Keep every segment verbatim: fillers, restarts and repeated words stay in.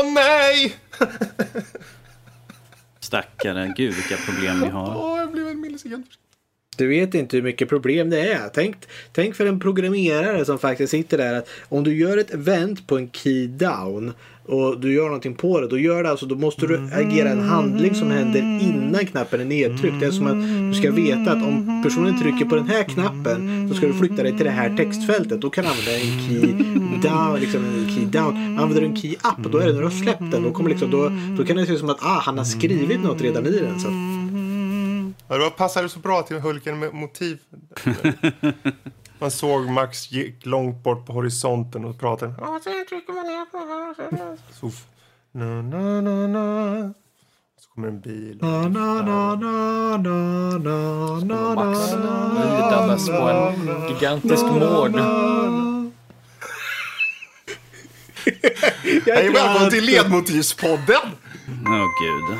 Åh nej! Stackare, gud vilka problem vi har. Åh, jag blev en millisekund. Du vet inte hur mycket problem det är. Tänk, tänk för en programmerare som faktiskt sitter där att om du gör ett event på en key down och du gör någonting på det, då gör det alltså, då måste du agera en handling som händer innan knappen är nedtryckt. Det är som att du ska veta att om personen trycker på den här knappen så ska du flytta dig till det här textfältet. Då kan du använda en key down, liksom en key down. Använder du en key up, då är det när du har släppt den. Då, kommer liksom, då, då kan det se ut som att ah, han har skrivit något redan i den. Så. Ja, då passar det så bra till Hulken med motiv. Man såg Max gick långt bort på horisonten och pratade. Ja, så trycker man ner på här. Så, na, na, na, na. Så kommer en bil. Na, na, na, na, na, na, na, Max ridandes på en gigantisk mård. Hej, välkommen till Ledmotivspodden. Åh oh, gud.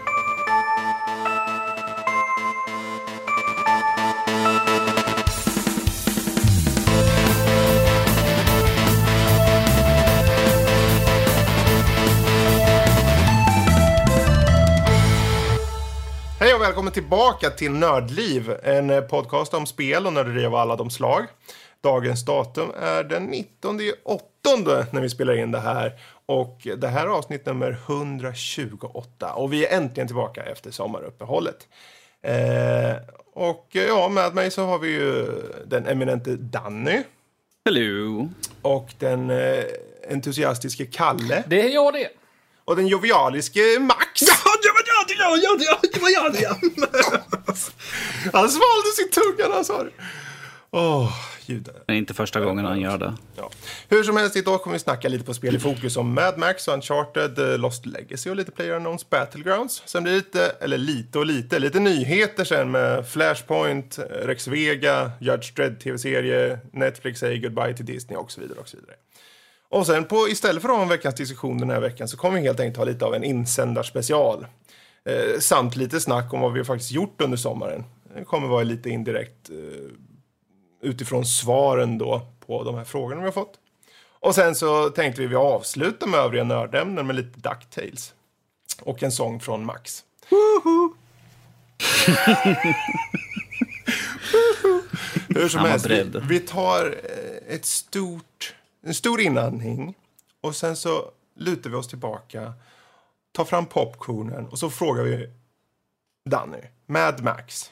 Hej och välkommen tillbaka till Nördliv, en podcast om spel och nörderi av alla de slag. Dagens datum är den nittonde åttonde när vi spelar in det här. Och det här är avsnitt nummer etthundratjugoåtta. Och vi är äntligen tillbaka efter sommaruppehållet. Eh, och ja, med mig så har vi ju den eminente Danny. Hello. Och den eh, entusiastiske Kalle. Det är jag det. Och den jovialiske Max. Ja, ja, ja, ja, ja, ja, ja, ja. Han svalde sin tunga när han sa det. Åh, ljud. Det är inte första gången han gör det. Ja. Hur som helst, idag kommer vi snacka lite på spel i fokus om Mad Max, Uncharted, Lost Legacy och lite PlayerUnknown's Battlegrounds. Sen blir det lite, eller lite och lite, lite nyheter sen med Flashpoint, Rex Vega, Judge Dredd tv-serie, Netflix säger goodbye till Disney och så vidare och så vidare. Och sen på, istället för att ha en veckans diskussion den här veckan så kommer vi helt enkelt ha lite av en insändarspecial. Eh, samt lite snack om vad vi faktiskt gjort under sommaren. Det kommer vara lite indirekt eh, utifrån svaren då på de här frågorna vi har fått. Och sen så tänkte vi vi avsluta med övriga nördämnen med lite DuckTales. Och en sång från Max. Hur som helst, vi, vi tar ett stort, en stor inandning och sen så lutar vi oss tillbaka, tar fram popcornen och så frågar vi Danny, Mad Max.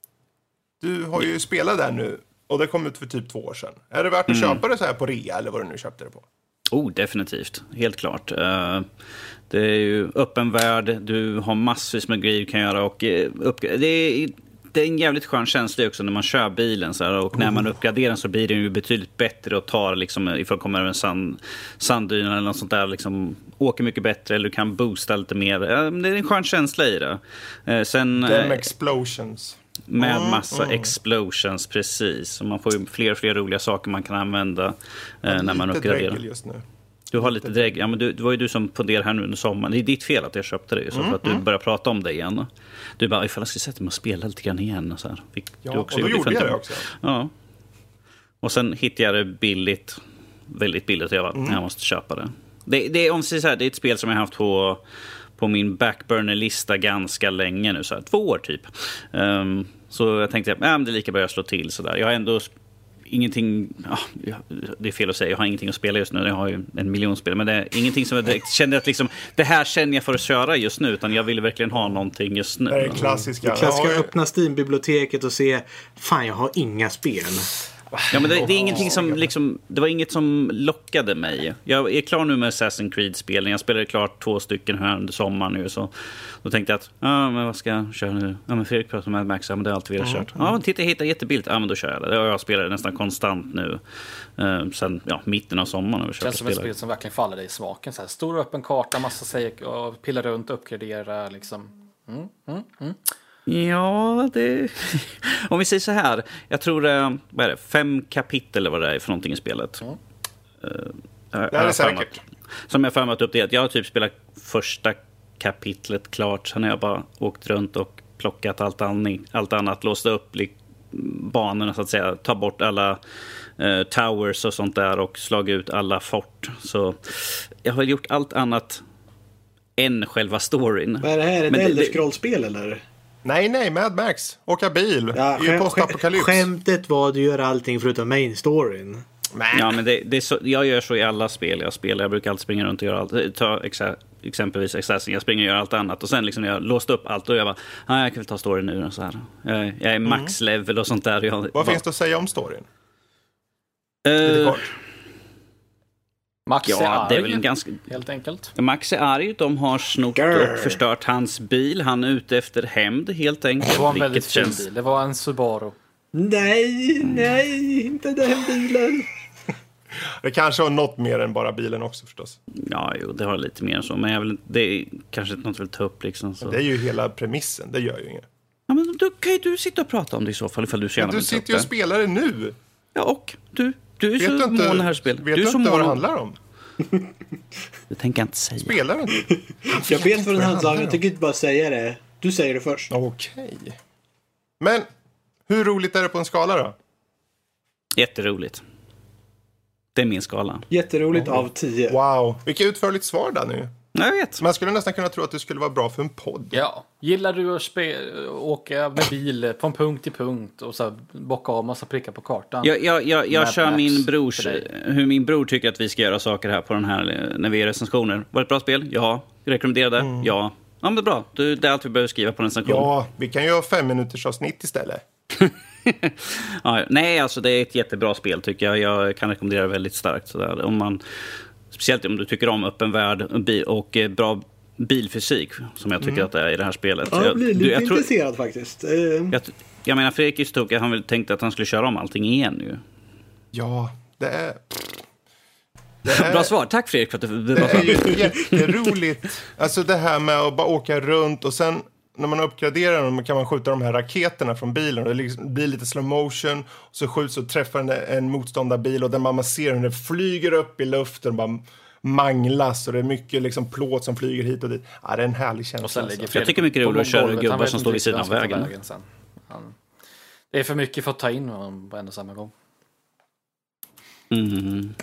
Du har ju spelat där nu och det kom ut för typ två år sedan. Är det värt att mm. köpa det så här på rea eller vad du nu köpte det på? Oh, definitivt. Helt klart. Uh, det är ju öppen värld. Du har massvis med grejer du kan göra. Och, uh, upp, det, är, det är en jävligt skön känsla också när man kör bilen. Så här, och när man uppgraderar så blir det ju betydligt bättre och tar liksom, ifall det kommer en sand, sanddyn eller något sånt där. Liksom, åker mycket bättre eller du kan boosta lite mer. Uh, det är en skön känsla i det. Uh, sen, Dem uh, explosions. Med massa mm. explosions, precis. Och man får ju fler och fler roliga saker man kan använda eh, när man uppgraderar. Just nu. Du har lite drägg. Ja, men du, det var ju du som funderade här nu under sommaren. Det är ditt fel att jag köpte det. Så mm, för att du mm. började prata om det igen. Du bara, ifall jag ska sätta mig och spela lite grann igen. Och så här. Ja, du också och då gjorde jag det också. Ja. Och sen hittade jag det billigt. Väldigt billigt. Jag, mm. jag måste köpa det. Det, det, om så här, det är ett spel som jag har haft på... på min backburner-lista ganska länge nu, så här, två år typ. Um, så jag tänkte att äh, det är lika bra att slå till sådär. Jag har ändå ingenting, ja, det är fel att säga, jag har ingenting att spela just nu, jag har ju en miljon spel, men det är ingenting som jag direkt kände att liksom, det här känner jag för att köra just nu, utan jag vill verkligen ha någonting just nu. Det är klassiska. Det klassiska att öppna Steam-biblioteket och se, fan jag har inga spel. Ja, men det, det är ingenting som liksom, det var inget som lockade mig. Jag är klar nu med Assassin's Creed-spelen. Jag spelade klart två stycken här under sommaren nu. Så då tänkte jag att, ja men vad ska jag köra nu? Ja men Fredrik pratar med Max, ja men det har alltid velat kört. Ja men titta, jag hittar jättebilligt. Ja men då kör jag det. Det har jag spelat nästan konstant nu. Uh, sen ja, mitten av sommaren. Det känns som ett spel som verkligen faller dig i smaken. Så här, stor öppen karta, massa säger och pilla runt, uppgradera liksom. Mm, mm, mm. Ja, det... om vi säger så här. Jag tror det vad är det, fem kapitel eller vad det är för någonting i spelet. Mm. Uh, det är det säkert. Som jag förmat upp det. Jag har typ spelat första kapitlet klart. Sen har jag bara åkt runt och plockat allt, anning, allt annat. Låst upp banorna så att säga. Ta bort alla uh, towers och sånt där. Och slagit ut alla fort. Så jag har gjort allt annat än själva storyn. Vad är det här? Ett Men det- äldreskrollspel eller? Nej, nej, Mad Max. Åka bil. Ja, det är ju skäm- postapokalyps. Skämtet var att du gör allting förutom main storyn. Nej. Ja, men det, det är så, jag gör så i alla spel jag spelar. Jag brukar alltid springa runt och göra allt. Ta exa, exempelvis Assassin. Jag springer och gör allt annat. Och sen liksom när jag låst upp allt och jag bara, ah, jag kan väl ta storyn nu och så här. Jag, jag är max level och sånt där. Jag, Vad bara, finns det att säga om storyn? eh, Lite kort. Max är Ja, arg, det är väl ganska... helt enkelt. Max är arg. De har snott Grr. och förstört hans bil. Han är ute efter hämnd helt enkelt. Det var en vilket väldigt fin känns- bil. Det var en Subaru. Nej, nej, inte den bilen. Det kanske har något mer än bara bilen också förstås. Ja, jo, det har lite mer än så. Men jag vill, det är kanske inte något jag vill ta upp liksom. Så. Det är ju hela premissen, det gör ju inget. Ja, men då kan ju du sitta och prata om det i så fall ifall du så gärna Men du vill ta upp sitter ju och det. spelar det nu. Ja, och du, du är Vet så du inte, mån här spel. vet du är du så inte vad det mån- handlar om? Det tänker jag inte säga. Spelar du inte? Jag vet vad den handlar om. om. Jag tycker inte bara säga det. Du säger det först. Okej. Men hur roligt är det på en skala då? Jätteroligt. Det är min skala. Jätteroligt av tio. Wow, vilket utförligt svar där nu. Ja, jag vet. Man skulle nästan kunna tro att det skulle vara bra för en podd. Ja. Gillar du att spe- åka med bil från punkt till punkt och så här bocka av massa prickar på kartan? Jag, jag, jag, jag Mad kör Max min brors, för dig. hur min bror tycker att vi ska göra saker här på den här, när vi är recensioner. Var det ett bra spel? Ja. Rekommenderar det? Mm. Ja. Ja, men bra. Du, det är allt vi behöver skriva på en recension. Ja, vi kan göra fem minuters avsnitt istället. Ja, nej, alltså det är ett jättebra spel tycker jag. Jag kan rekommendera det väldigt starkt. Sådär. Om man, speciellt om du tycker om öppen värld och bi- och eh, bra bilfysik, som jag tycker att det är i det här spelet. Ja, jag blir lite du, jag, tror, intresserad faktiskt. Eh, jag, jag menar, Fredrik är stokig. Han väl tänkte att han skulle köra om allting igen ju. Ja, det är... Det är, Bra svar. Tack Fredrik för att du... Det det var är ju jätteroligt. Alltså det här med att bara åka runt och sen när man uppgraderar dem kan man skjuta de här raketerna från bilen och det liksom blir lite slow motion och så skjuts och träffar en, en motståndarbil och där man ser hur den flyger upp i luften och bara manglas och det är mycket liksom plåt som flyger hit och dit. Ja, det är en härlig känsla. Och sen alltså. lägger Fredrik tycker mycket det är på roligt att köra golvet. gubbar Han vet som inte står vid riktigt sidan vart av han ska ta vägen. sen. Han, det är för mycket för att ta in honom på en och samma gång. Mm.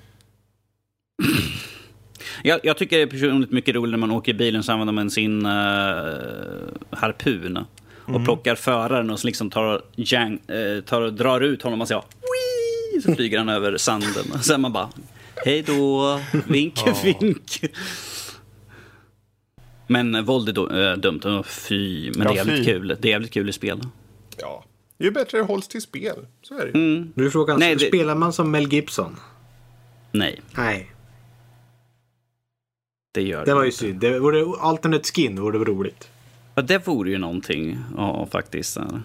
Jag, jag tycker det är personligt mycket roligt när man åker i bilen så använder man sin uh, harpun och Mm. plockar föraren och så liksom tar, jang, uh, tar och drar ut honom och säger Wii! Så flyger han över sanden och sen man bara hej då, vink, Ja. vink. Men uh, våld är då, uh, dumt, uh, fy, men Ja, det är jävligt fy. kul. Det är jävligt kul i spel. Ja, det är ju bättre att det hålls till spel. Så är det ju. Mm. Nu är frågan, Nej, det- spelar man som Mel Gibson? Nej, Nej, det gör det var ju inte. synd. Det vore alternate skin, vore det roligt. Ja, det vore ju någonting, ja faktiskt. Så.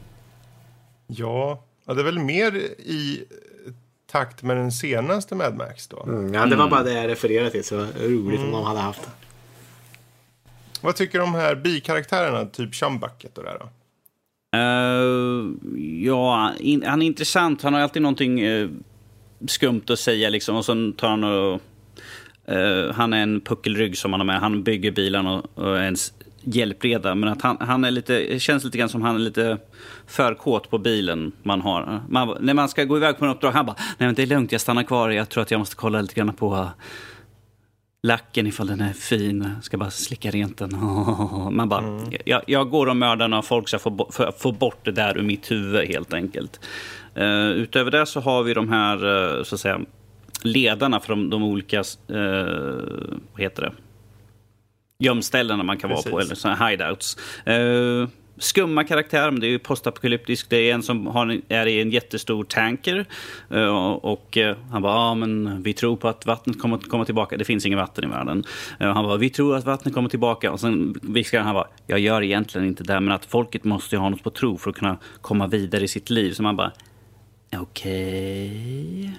Ja, ja, det är väl mer i takt med den senaste Mad Max då. Mm, ja, det var bara det jag refererade till, så det var roligt om de hade haft det. Vad tycker du om de här bikaraktärerna, typ Chumbucket och det där då? Uh, ja, in, han är intressant. Han har alltid någonting uh, skumt att säga liksom. Och sen tar han och... Uh, han är en puckelrygg som han har med. Han bygger bilen och, och är ens hjälpreda. Men att han, han är lite... Det känns lite grann som han är lite för kåt på bilen man har. Man, när man ska gå iväg på en uppdrag, han bara, nej men det är lugnt, jag stannar kvar. Jag tror att jag måste kolla lite grann på... Uh, lacken ifall den är fin. Ska bara slicka rent den. Man bara, mm. jag, jag går och mördar några folk så jag får, bo, för att få bort det där ur mitt huvud helt enkelt. Uh, utöver det så har vi de här uh, så att säga ledarna för de, de olika uh, vad heter det? Gömställena man kan Precis. vara på eller såna hideouts. Uh, skumma karaktär, men det är ju postapokalyptisk. Det är en som har, är i en jättestor tanker uh, och uh, han bara, ja ah, men vi tror på att vattnet kommer att komma tillbaka. Det finns ingen vatten i världen. Uh, han bara, vi tror att vattnet kommer tillbaka. Och sen viskar han bara, jag gör egentligen inte det, men att folket måste ju ha något på tro för att kunna komma vidare i sitt liv. Så man bara, okej. Okay.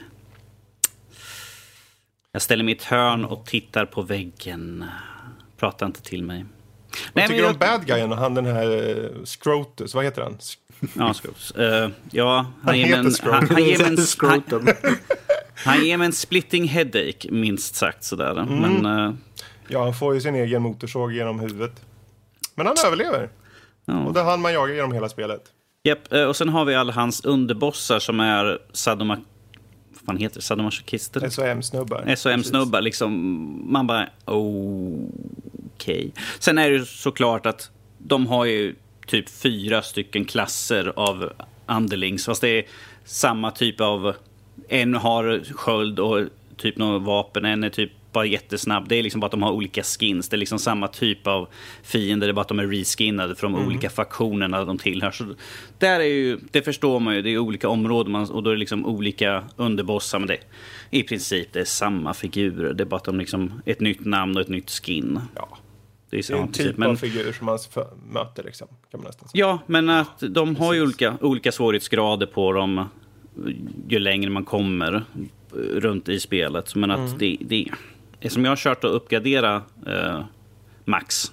Jag ställer mig i ett hörn och tittar på väggen. Prata inte till mig. Vad Nej, tycker men du jag... om bad guyen och han den här uh, Scrotus, vad heter han? Ja, Scrotus. Uh, ja, han, Han ger mig en, heter han, han, ger mig en, han, Scrotum. han ger mig en splitting headache, minst sagt sådär. Mm. Men, uh, Ja, han får ju sin egen motorsåg genom huvudet. Men han överlever. ja. Och det är han man jagar genom hela spelet. Japp, uh, och sen har vi alla hans underbossar som är sadoma... Vad fan heter det? Sadomasochister? S O M-snubbar. S O M-snubbar, liksom. Man bara, oh... okej. Okay. Sen är det ju såklart att de har ju typ fyra stycken klasser av underlings. Fast det är samma typ av... En har sköld och typ något vapen. En är typ bara jättesnabb. Det är liksom bara att de har olika skins. Det är liksom samma typ av fiender. Det är bara att de är reskinnade för de mm. olika faktionerna de tillhör. Så där är ju, det förstår man ju. Det är olika områden man, och då är det liksom olika underbossar. Men det, i princip det är samma figurer. Det är bara att de liksom ett nytt namn och ett nytt skin. Ja. Det är, det är en typ men, av figur som man möter liksom, kan man nästan säga. Ja, men att de har ju olika, olika svårighetsgrader på dem ju längre man kommer runt i spelet. Men att mm. det, det är som jag har kört att uppgradera eh, max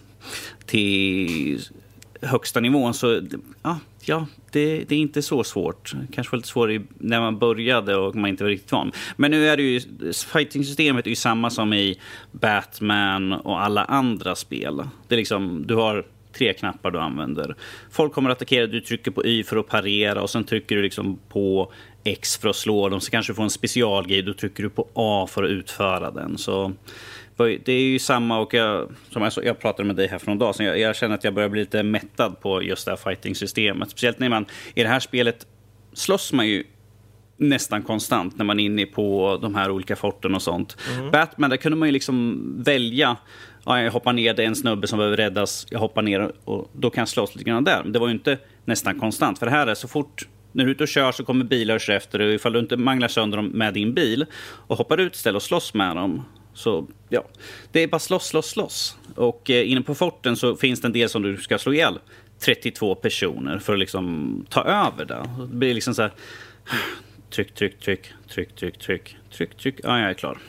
till högsta nivån så ja, ja det, det är inte så svårt. Kanske var lite svårt när man började och man inte var riktigt van. Men nu är det ju, fighting-systemet är ju samma som i Batman och alla andra spel. Det är liksom, du har tre knappar du använder. Folk kommer att attackera, du trycker på Y för att parera och sen trycker du liksom på X för att slå dem. Så kanske du får en specialgrej, då trycker du på A för att utföra den. Så det är ju samma och jag, som jag, jag pratade med dig här för någon dag sedan, jag, jag känner att jag börjar bli lite mättad på just det här fighting-systemet. Speciellt när man i det här spelet slåss man ju nästan konstant när man är inne på de här olika forten och sånt. Mm. Batman, där kunde man ju liksom välja. Ja, jag hoppar ner, det är en snubbe som behöver räddas. Jag hoppar ner och då kan jag slåss lite grann där. Men det var ju inte nästan konstant. För det här är så fort när du är ute och kör så kommer bilar efter dig. Ifall du inte manglar sönder dem med din bil och hoppar ut istället och slåss med dem. Så ja, det är bara slåss, slåss, slåss. Och eh, inne på forten så finns det en del som du ska slå ihjäl. trettiotvå personer för att liksom ta över det. Det blir liksom så här... Tryck, tryck, tryck, tryck, tryck, tryck, tryck, tryck. Ja, jag är klar.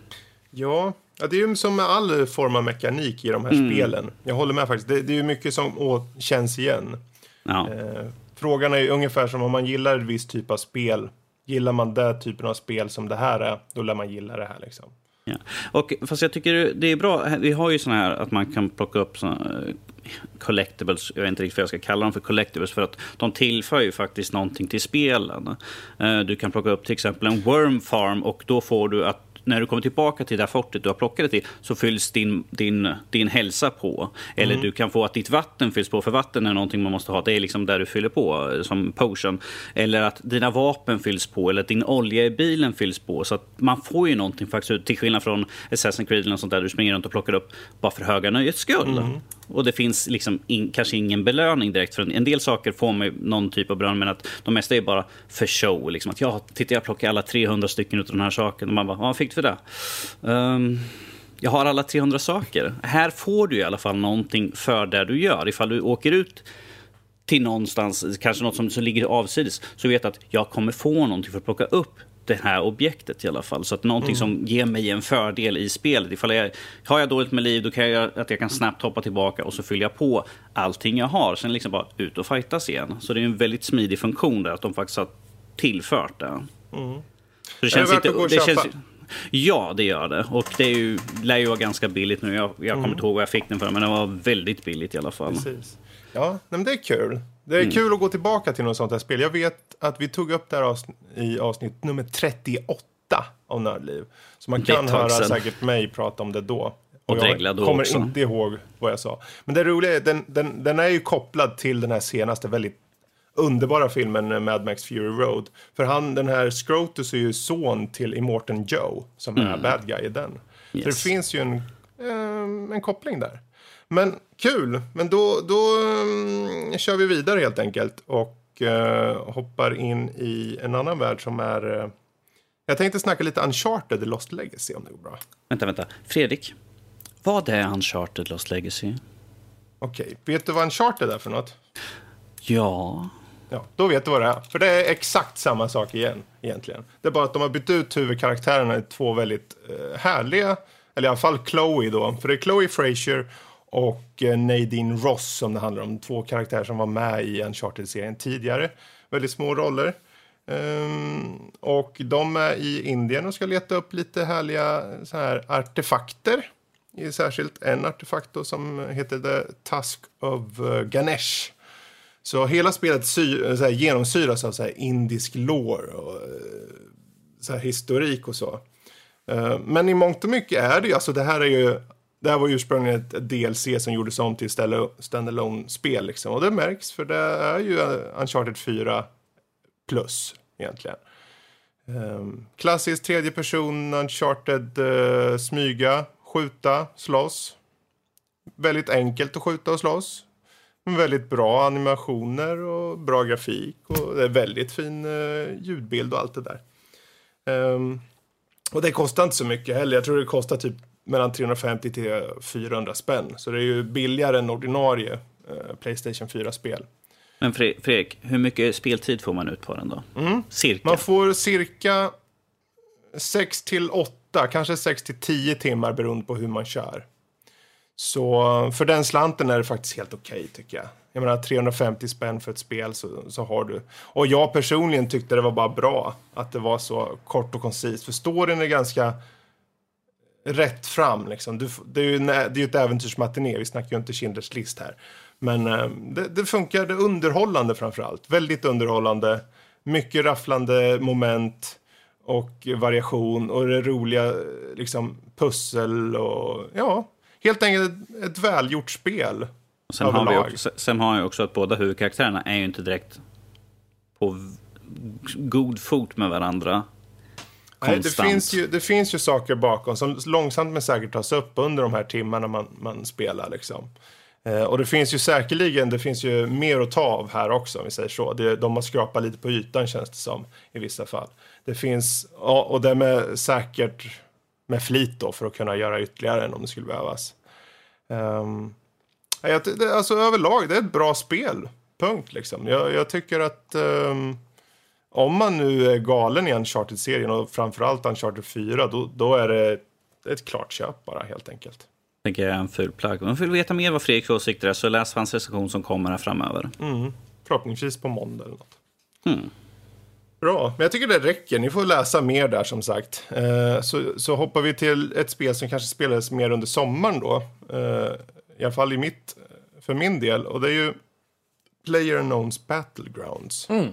Ja, ja, det är ju som med all form av mekanik i de här mm. spelen. Jag håller med faktiskt. Det, det är ju mycket som å, känns igen. Ja. Eh, frågan är ju ungefär som om man gillar ett visst typ av spel. Gillar man den typen av spel som det här är, då lär man gilla det här liksom. Ja. Och fast jag tycker det är bra. Vi har ju såna här att man kan plocka upp såna collectibles, jag vet inte riktigt vad jag ska kalla dem för collectibles, för att de tillför ju faktiskt någonting till spelen. Du kan plocka upp till exempel en worm farm och då får du att när du kommer tillbaka till det här fortet du har plockat det till så fylls din, din, din hälsa på. Eller mm. du kan få att ditt vatten fylls på, för vatten är någonting man måste ha. Det är liksom där du fyller på som potion. Eller att dina vapen fylls på eller att din olja i bilen fylls på. Så att man får ju någonting faktiskt, till skillnad från Assassin's Creed eller sånt där du springer runt och plockar upp bara för höga nöjets skull. Mm. Och det finns liksom in, kanske ingen belöning direkt. För en del saker får man någon typ av belöning, men att de mesta är bara för show. Liksom att ja, titta jag plockar alla trehundra stycken ut av den här saken. Och man bara, vad fick du för det? Um, jag har alla trehundra saker. Här får du i alla fall någonting för det du gör. Ifall du åker ut till någonstans, kanske något som, som ligger avsides, så vet att jag kommer få någonting för att plocka upp det här objektet i alla fall. Så att någonting mm. som ger mig en fördel i spelet. Ifall jag, har jag dåligt med liv, då kan jag att jag kan snabbt hoppa tillbaka och så fyller jag på allting jag har. Sen liksom bara ut och fightas igen. Så det är en väldigt smidig funktion där, att de faktiskt har tillfört det. Mm. Så det känns inte... Det känns, ja, det gör det. Och det är ju, lär ju vara ganska billigt nu. Jag, jag kommer mm. inte ihåg vad jag fick den för, men det var väldigt billigt i alla fall. Precis. Ja, men det är kul. Det är mm. kul att gå tillbaka till något sånt här spel. Jag vet att vi tog upp det här avsn- i avsnitt nummer trettioåtta av Nördliv. Så man kan höra säkert mig prata om det då. Och, och jag kommer också. inte ihåg vad jag sa. Men det roliga är, den, den, den är ju kopplad till den här senaste väldigt underbara filmen Mad Max Fury Road. För han, den här Scrotus är ju son till Immortan Joe, som mm. är bad guy i den. Yes. Så det finns ju en, eh, en koppling där. Men kul, men då, då um, kör vi vidare helt enkelt och uh, hoppar in i en annan värld som är... Uh, jag tänkte snacka lite Uncharted The Lost Legacy om det går bra. Vänta, vänta. Fredrik, vad är Uncharted Lost Legacy? Okej, okay. Vet du vad Uncharted är för något? Ja... Ja, då vet du vad det är. För det är exakt samma sak igen, egentligen. Det är bara att de har bytt ut huvudkaraktärerna i två väldigt uh, härliga, eller i alla fall Chloe då. För det är Chloe Fraser och Nadine Ross som det handlar om. Två karaktärer som var med i Uncharted-serien tidigare. Väldigt små roller. Um, och de är i Indien och ska leta upp lite härliga så här artefakter. I särskilt en artefakt då, som heter The Tusk of Ganesh. Så hela spelet sy- så här, genomsyras av så här, indisk lore och så här, historik och så. Uh, men i mångt och mycket är det ju, alltså det här är ju det här var ursprungligen ett D L C som gjordes om till standalone-spel. Liksom. Och det märks, för det är ju Uncharted fyra plus egentligen. Um, klassisk tredje person, Uncharted, uh, smyga, skjuta, slåss. Väldigt enkelt att skjuta och slåss. Väldigt bra animationer och bra grafik. Och det är väldigt fin uh, ljudbild och allt det där. Um, och det kostar inte så mycket heller. Jag tror det kostar typ mellan trehundrafemtio till fyrahundra spänn. Så det är ju billigare än ordinarie uh, PlayStation fyra-spel. Men Fredrik, hur mycket speltid får man ut på den då? Mm. Cirka? Man får cirka sex till åtta, kanske sex till tio timmar beroende på hur man kör. Så för den slanten är det faktiskt helt okej okay, tycker jag. Jag menar trehundrafemtio spänn för ett spel så, så har du. Och jag personligen tyckte det var bara bra att det var så kort och koncist. För storyn är ganska rätt fram liksom. Du, det är ju det är ju ett äventyrsmatiné, vi snackar ju inte Schindler's list här. Men eh, det, det funkar, det är underhållande framförallt. Väldigt underhållande. Mycket rafflande moment och variation. Och det roliga liksom, pussel och ja, helt enkelt ett, ett välgjort spel. Sen har, vi också, sen har jag också att båda huvudkaraktärerna är ju inte direkt på god fot med varandra. Nej, det, finns ju, det finns ju saker bakom som långsamt men säkert tas upp under de här timmarna man, man spelar liksom. Eh, och det finns ju säkerligen, det finns ju mer att ta av här också om vi säger så. Det, de har skrapat lite på ytan känns det som i vissa fall. Det finns, ja, och det är säkert med flit då för att kunna göra ytterligare än om det skulle behövas. Um, jag, det, alltså överlag, det är ett bra spel. Punkt liksom. Jag, jag tycker att um, om man nu är galen i Uncharted-serien och framförallt Uncharted fyra, då, då är det ett, ett klart köp bara helt enkelt. Tänker jag är en ful plagg. Om man vill veta mer vad Fredriks åsikter är så läs hans recension som kommer här framöver. Mm. Förhoppningsvis på måndag eller något. Mm. Bra, men jag tycker det räcker. Ni får läsa mer där som sagt. Eh, så, så hoppar vi till ett spel som kanske spelades mer under sommaren då. Eh, I alla fall i mitt, för min del. Och det är ju PlayerUnknown's Battlegrounds. Mm.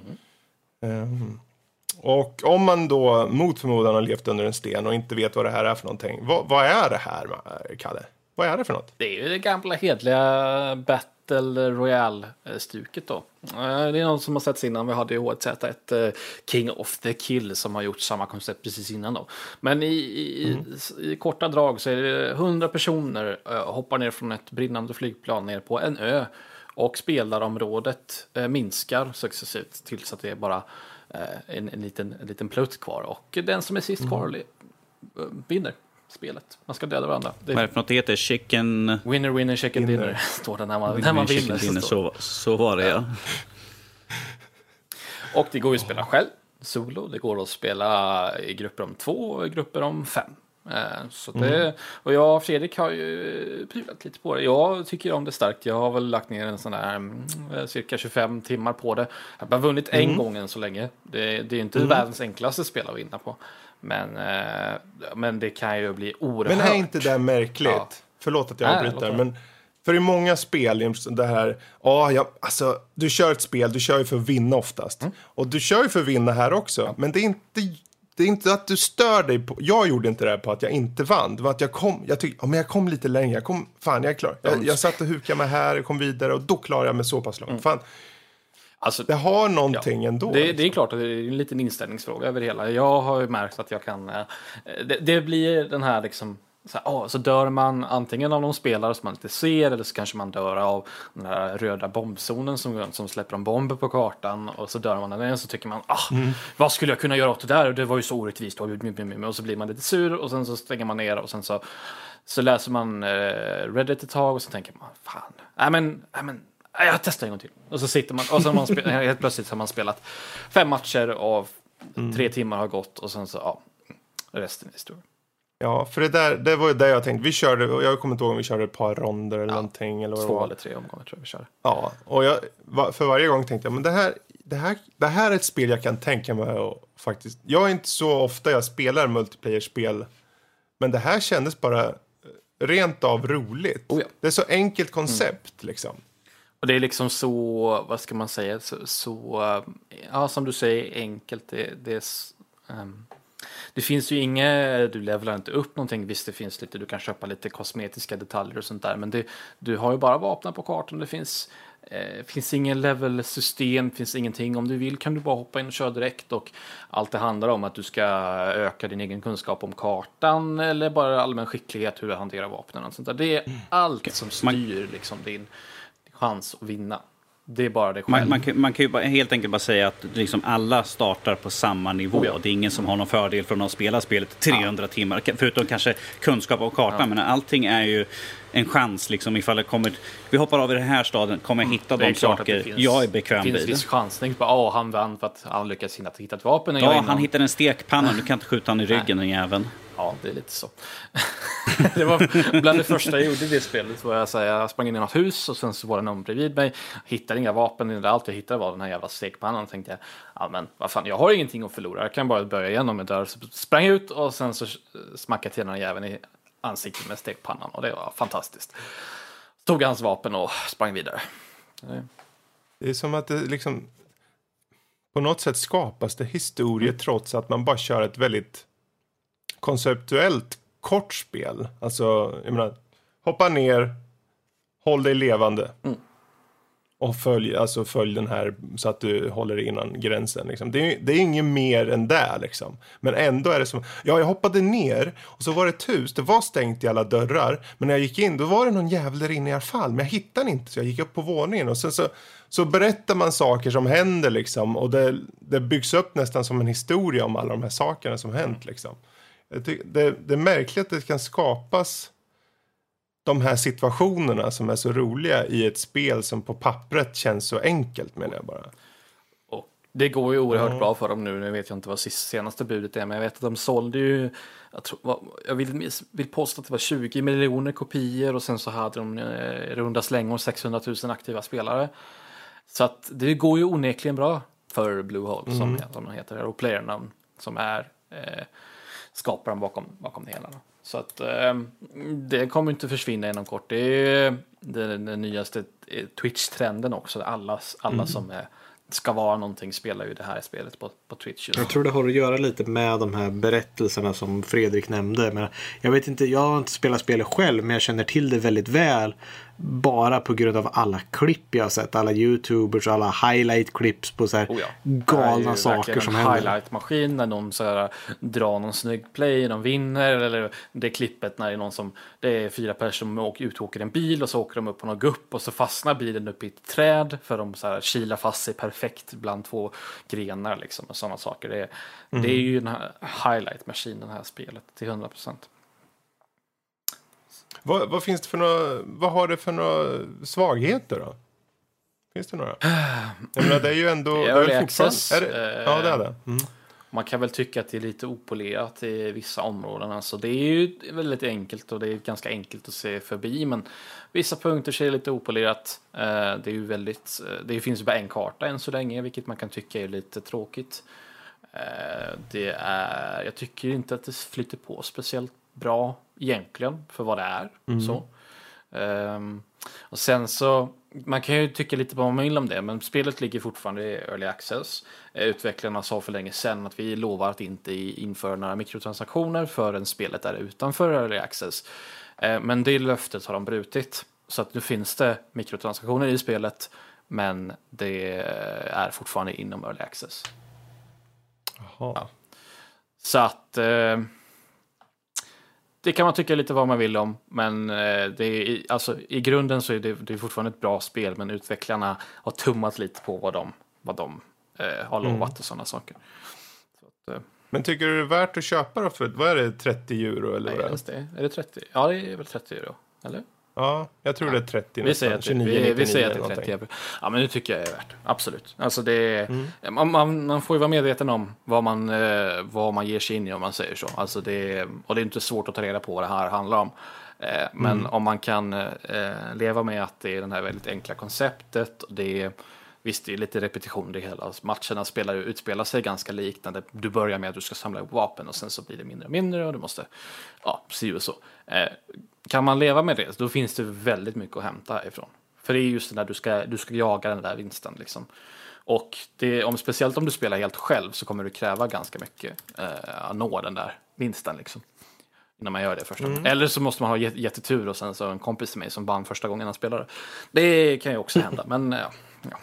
Um, och om man då mot förmodan har levt under en sten och inte vet vad det här är för någonting. Vad, vad är det här, Kalle? Vad är det för något? Det är ju det gamla hedliga Battle Royale-stuket då. Det är någon som har sett innan. Vi hade i H ett Z ett King of the Kill som har gjort samma koncept precis innan då. Men i, i, mm. i, i korta drag så är det hundra personer hoppar ner från ett brinnande flygplan ner på en ö. Och spelarområdet eh, minskar successivt tills att det är bara eh, en, en, liten, en liten plutt kvar. Och den som är sist mm. kvar eh, vinner spelet. Man ska döda varandra. Det Vad är det för något det heter? Chicken... Winner, winner, chicken dinner. dinner. Står det när man, winner, när man vinner. Dinner, så, så var det, ja. Och det går ju att spela själv, solo. Det går att spela i grupper om två och i grupper om fem. Så det, mm. Och jag och Fredrik har ju prylat lite på det. Jag tycker om det starkt. Jag har väl lagt ner en sån där cirka tjugofem timmar på det. Jag har vunnit en mm. gång än så länge. Det, det är inte mm. världens enklaste spel att vinna på. Men, men det kan ju bli oerhört. Men är inte det märkligt? Ja. Förlåt att jag avbryter. Men för i många spel, det här, ja, jag, alltså, du kör ett spel, du kör ju för att vinna oftast. Mm. Och du kör ju för att vinna här också. Ja. Men det är inte... Det är inte att du stör dig på... Jag gjorde inte det här på att jag inte vann. Det var att jag kom... Jag tyckte, ja, men jag kom lite längre. Jag kom... Fan, jag är klar. Jag, jag satt och hukade mig här och kom vidare. Och då klarade jag mig så pass långt. Mm. Fan. Alltså, det har någonting ja, ändå. Det, liksom. Det är klart att det är en liten inställningsfråga över det hela. Jag har ju märkt att jag kan... Det, det blir den här liksom... Så, här, oh, så dör man antingen av någon spelare som man inte ser, eller så kanske man dör av den här röda bombzonen som, som släpper en bomb på kartan, och så dör man av den, så tycker man ah, mm. vad skulle jag kunna göra åt det där, och det var ju så orättvist, och så blir man lite sur och sen så stänger man ner och sen så, så läser man eh, Reddit ett tag och så tänker man fan, nej men, nej men jag testar en gång till, och så sitter man och så man spel, helt plötsligt har man spelat fem matcher och mm. tre timmar har gått och sen så ja, resten är historia. Ja, för det där, det var ju det jag tänkte. Vi körde, jag kommer inte ihåg om vi körde ett par ronder eller ja, någonting. Eller vad två eller tre omgångar tror jag vi körde. Ja, och jag, för varje gång tänkte jag, men det här, det här, det här är ett spel jag kan tänka mig och faktiskt. Jag är inte så ofta jag spelar multiplayer-spel, men det här kändes bara rent av roligt. Oh ja. Det är så enkelt koncept mm. liksom. Och det är liksom så, vad ska man säga, så, så ja, som du säger, enkelt. Det, det är... Um, Det finns ju inget, du levelar inte upp någonting. Visst, det finns lite, du kan köpa lite kosmetiska detaljer och sånt där. Men det, du har ju bara vapnen på kartan. Det finns, eh, finns ingen level-system, finns ingenting. Om du vill kan du bara hoppa in och köra direkt. Och allt det handlar om att du ska öka din egen kunskap om kartan. Eller bara allmän skicklighet hur du hanterar vapnen och sånt där. Det är mm. allt som styr liksom, din chans att vinna. Det är bara det själv. Man, man, kan, man kan ju bara, helt enkelt bara säga att liksom alla startar på samma nivå. Oh ja. Det är ingen som har någon fördel från att spela spelet trehundra ja. timmar. Förutom kanske kunskap om kartan. Ja. Men allting är ju en chans. Liksom, ifall det kommer, vi hoppar av i den här staden. Kommer jag hitta de saker finns, jag är bekväm vid. Det finns viss chansning på att han vann för att han lyckas hitta ett vapen. Ja, han hittar en stekpanna. Du kan inte skjuta han i ryggen, den jäveln. Ja, det är lite så. Det var bland det första jag gjorde i det spelet. Var jag, så här, jag sprang in i något hus och sen så var det någon bredvid mig. Hittade inga vapen. Allt jag hittade var den här jävla stekpannan. Och tänkte jag, ja men vad fan, jag har ingenting att förlora. Jag kan bara börja igenom med dörr. Så sprang ut och sen så smackade till den här jäveln i ansiktet med stekpannan. Och det var fantastiskt. Tog hans vapen och sprang vidare. Det är som att det liksom på något sätt skapas det historia mm. trots att man bara kör ett väldigt konceptuellt kort spel. Alltså, jag menar, hoppa ner, håll dig levande. Mm. Och följ, alltså följ den här så att du håller innan gränsen. Liksom. Det, är, det är inget mer än det. Liksom. Men ändå är det som, ja, jag hoppade ner och så var det ett hus, det var stängt i alla dörrar. Men när jag gick in, då var det någon jävel där inne i alla fall. Men jag hittade inte, så jag gick upp på våningen. Och sen så, så berättar man saker som händer liksom. Och det, det byggs upp nästan som en historia om alla de här sakerna som hänt liksom. Det, det är märkligt att det kan skapas de här situationerna som är så roliga i ett spel som på pappret känns så enkelt, med det bara. Och det går ju oerhört mm. bra för dem nu. Nu vet jag inte vad senaste budet är, men jag vet att de sålde ju, jag, tror, jag vill, vill påstå att det var tjugo miljoner kopior och sen så hade de eh, runda slängor sexhundratusen aktiva spelare. Så att det går ju onekligen bra för Bluehole mm. som, som de heter, och PlayerUnknown som är eh, skaparen bakom, bakom det hela. Då. Så att eh, det kommer inte försvinna inom kort. Det är den, den nyaste Twitch-trenden också. Alla, alla mm. som är, ska vara någonting spelar ju det här spelet på, på Twitch. Jag tror det har att göra lite med de här berättelserna som Fredrik nämnde. Men jag vet inte, jag har inte spelat spelet själv, men jag känner till det väldigt väl. Bara på grund av alla klipp jag har sett. Alla YouTubers och alla highlight-clips på så här oh ja. galna saker som händer. Highlight-maskin när någon så här, drar någon snygg play, någon vinner. Eller det klippet när det är någon som, det är fyra personer som åker, utåker en bil och så åker de upp på någon gupp och så fastnar bilen upp i ett träd för de så här kilar fast sig perfekt bland två grenar liksom och sådana saker. Det är, mm. det är ju den här highlight-maskinen, det här spelet till hundra procent. Vad, vad finns det för några, vad har det för några svagheter då? Finns det några? Jag menar, det är ju ändå det är det är access, är det, ja, det är det. Mm. Man kan väl tycka att det är lite opolerat i vissa områden. Alltså det är ju väldigt enkelt och det är ganska enkelt att se förbi. Men vissa punkter ser lite opolerat. Det är ju väldigt, det finns ju bara en karta än så länge, vilket man kan tycka är lite tråkigt. Det är, jag tycker inte att det flyter på speciellt bra egentligen för vad det är. Mm. Så. Um, och sen så man kan ju tycka lite vad man vill om det, men spelet ligger fortfarande i early access. Utvecklarna sa för länge sedan att vi lovar att inte införa några mikrotransaktioner förrän spelet är utanför early access. Uh, men det löftet har de brutit. Så att nu finns det mikrotransaktioner i spelet, men det är fortfarande inom early access. Jaha. Ja. Så att uh, det kan man tycka lite vad man vill om, men det är, alltså, i grunden så är det, det är fortfarande ett bra spel, men utvecklarna har tummat lite på vad de, vad de eh, har lovat mm. och sådana saker. Så att, eh. Men tycker du det är värt att köpa då? För, vad är det, trettio euro? Eller nej, vad är det? Är det trettio? Ja, det är väl trettio euro, eller? Ja, jag tror ja. det är trettio. Vi säger, att, vi, vi säger att det är trettio euro. Ja, men det tycker jag är värt. Absolut. Alltså det är, mm. man, man, man får ju vara medveten om vad man, eh, vad man ger sig in i, om man säger så. Alltså det, och det är inte svårt att ta reda på vad det här handlar om. Eh, men mm. om man kan eh, leva med att det är det här väldigt enkla konceptet. Och det är, visst, det är lite repetition det hela. Alltså, matcherna spelar, utspelar sig ganska liknande. Du börjar med att du ska samla upp vapen och sen så blir det mindre och mindre och du måste, ja, se och så. Eh, kan man leva med det, då finns det väldigt mycket att hämta ifrån. För det är just det där du ska, du ska jaga den där vinsten liksom. Och det, om, speciellt om du spelar helt själv så kommer du kräva ganska mycket eh, att nå den där vinsten liksom. Innan man gör det första. Mm. Eller så måste man ha jät- jättetur och sen så en kompis till mig som vann första gången han spelade. Det kan ju också hända, men ja. ja.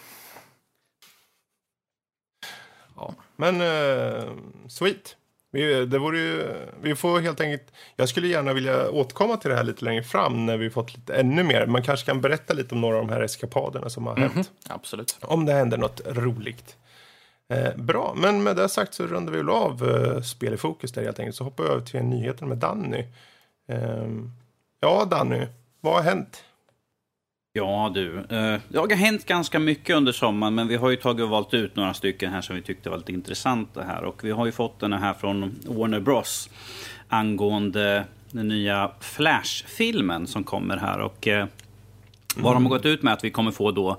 ja. Men uh, sweet. Vi, det vore ju, vi får helt enkelt, jag skulle gärna vilja återkomma till det här lite längre fram när vi fått lite ännu mer. Man kanske kan berätta lite om några av de här eskapaderna som har mm-hmm. hänt. Absolut. Om det händer något roligt. Eh, bra, men med det sagt så rundar vi väl av eh, spel i fokus där helt enkelt. Så hoppar vi över till nyheten med Danny. Eh, ja, Danny, vad har hänt? Ja du, eh, det har hänt ganska mycket under sommaren, men vi har ju tagit och valt ut några stycken här som vi tyckte var lite intressanta här. Och vi har ju fått den här från Warner Bros angående den nya Flash-filmen som kommer här. Och eh, vad de har gått ut med att vi kommer få då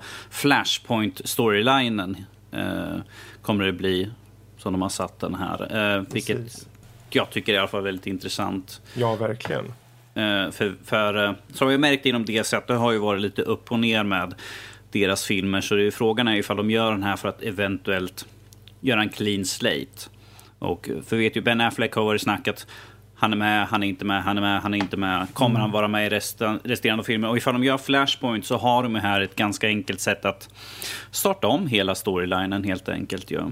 Flashpoint-storylinen eh, kommer det bli som de har satt den här. Eh, vilket Precis. jag tycker är i alla fall väldigt intressant. Ja, verkligen. Uh, för, för uh, som vi märkt inom det sättet, det har ju varit lite upp och ner med deras filmer. Så det är, frågan är ifall de gör den här för att eventuellt göra en clean slate. Och för vet ju, Ben Affleck har varit snackat, han är med, han är inte med, han är med, han är inte med. Kommer mm. han vara med i resten, resterande filmer? Och ifall de gör Flashpoint så har de här ett ganska enkelt sätt att starta om hela storylinen helt enkelt. Ja,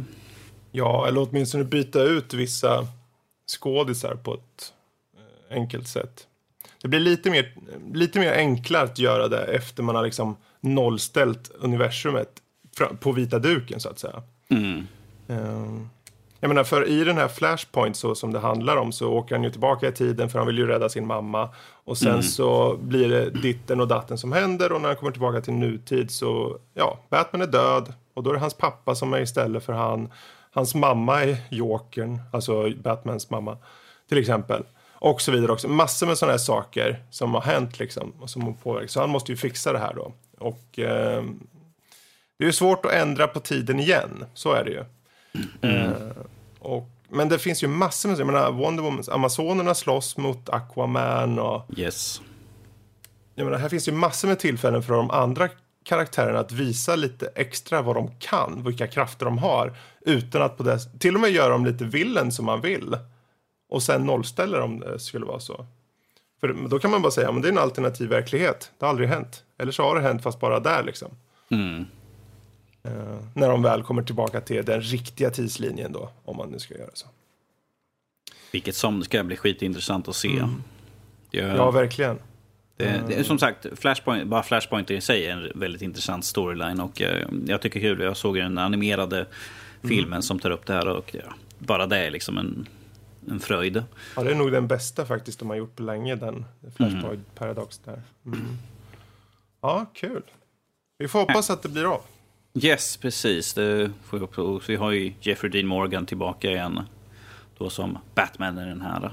ja eller åtminstone byta ut vissa skådisar på ett eh, enkelt sätt. Det blir lite mer, lite mer enklare att göra det efter man har liksom nollställt universumet på vita duken så att säga. Mm. Um, jag menar, för i den här Flashpoint så som det handlar om så åker han ju tillbaka i tiden för han vill ju rädda sin mamma. Och sen mm. så blir det ditten och datten som händer och när han kommer tillbaka till nutid så, ja, Batman är död och då är det hans pappa som är istället för han. Hans mamma är Jokern, alltså Batmans mamma till exempel. Och så vidare också. Massor med sådana här saker som har hänt liksom. Och som har påverkat. Så han måste ju fixa det här då. Och eh, det är ju svårt att ändra på tiden igen. Så är det ju. Mm. Eh, och, men det finns ju massor med, jag menar, Wonder Woman, Amazonerna slåss mot Aquaman och... Yes. Jag menar, här finns ju massor med tillfällen för de andra karaktärerna att visa lite extra vad de kan. Vilka krafter de har. Utan att på det, till och med göra dem lite villen som man vill. Och sen nollställer om det skulle vara så. För då kan man bara säga, men det är en alternativ verklighet. Det har aldrig hänt. Eller så har det hänt fast bara där liksom. Mm. Uh, när de väl kommer tillbaka till den riktiga tidslinjen då. Om man nu ska göra så. Vilket som ska bli skitintressant att se. Mm. Ja, ja, verkligen. Det, det är som sagt, Flashpoint, bara Flashpoint i sig är en väldigt intressant storyline. Och uh, jag tycker kul, jag såg den animerade filmen mm. som tar upp det här. Och ja, bara det är liksom en... en fröjd. Ja, det är nog den bästa faktiskt de har gjort på länge, den Flashpoint mm. Paradox där. Mm. Ja, kul. Vi får hoppas ja. att det blir av. Yes, precis. Det får vi, vi har ju Jeffrey Dean Morgan tillbaka igen. Då som Batman i den här.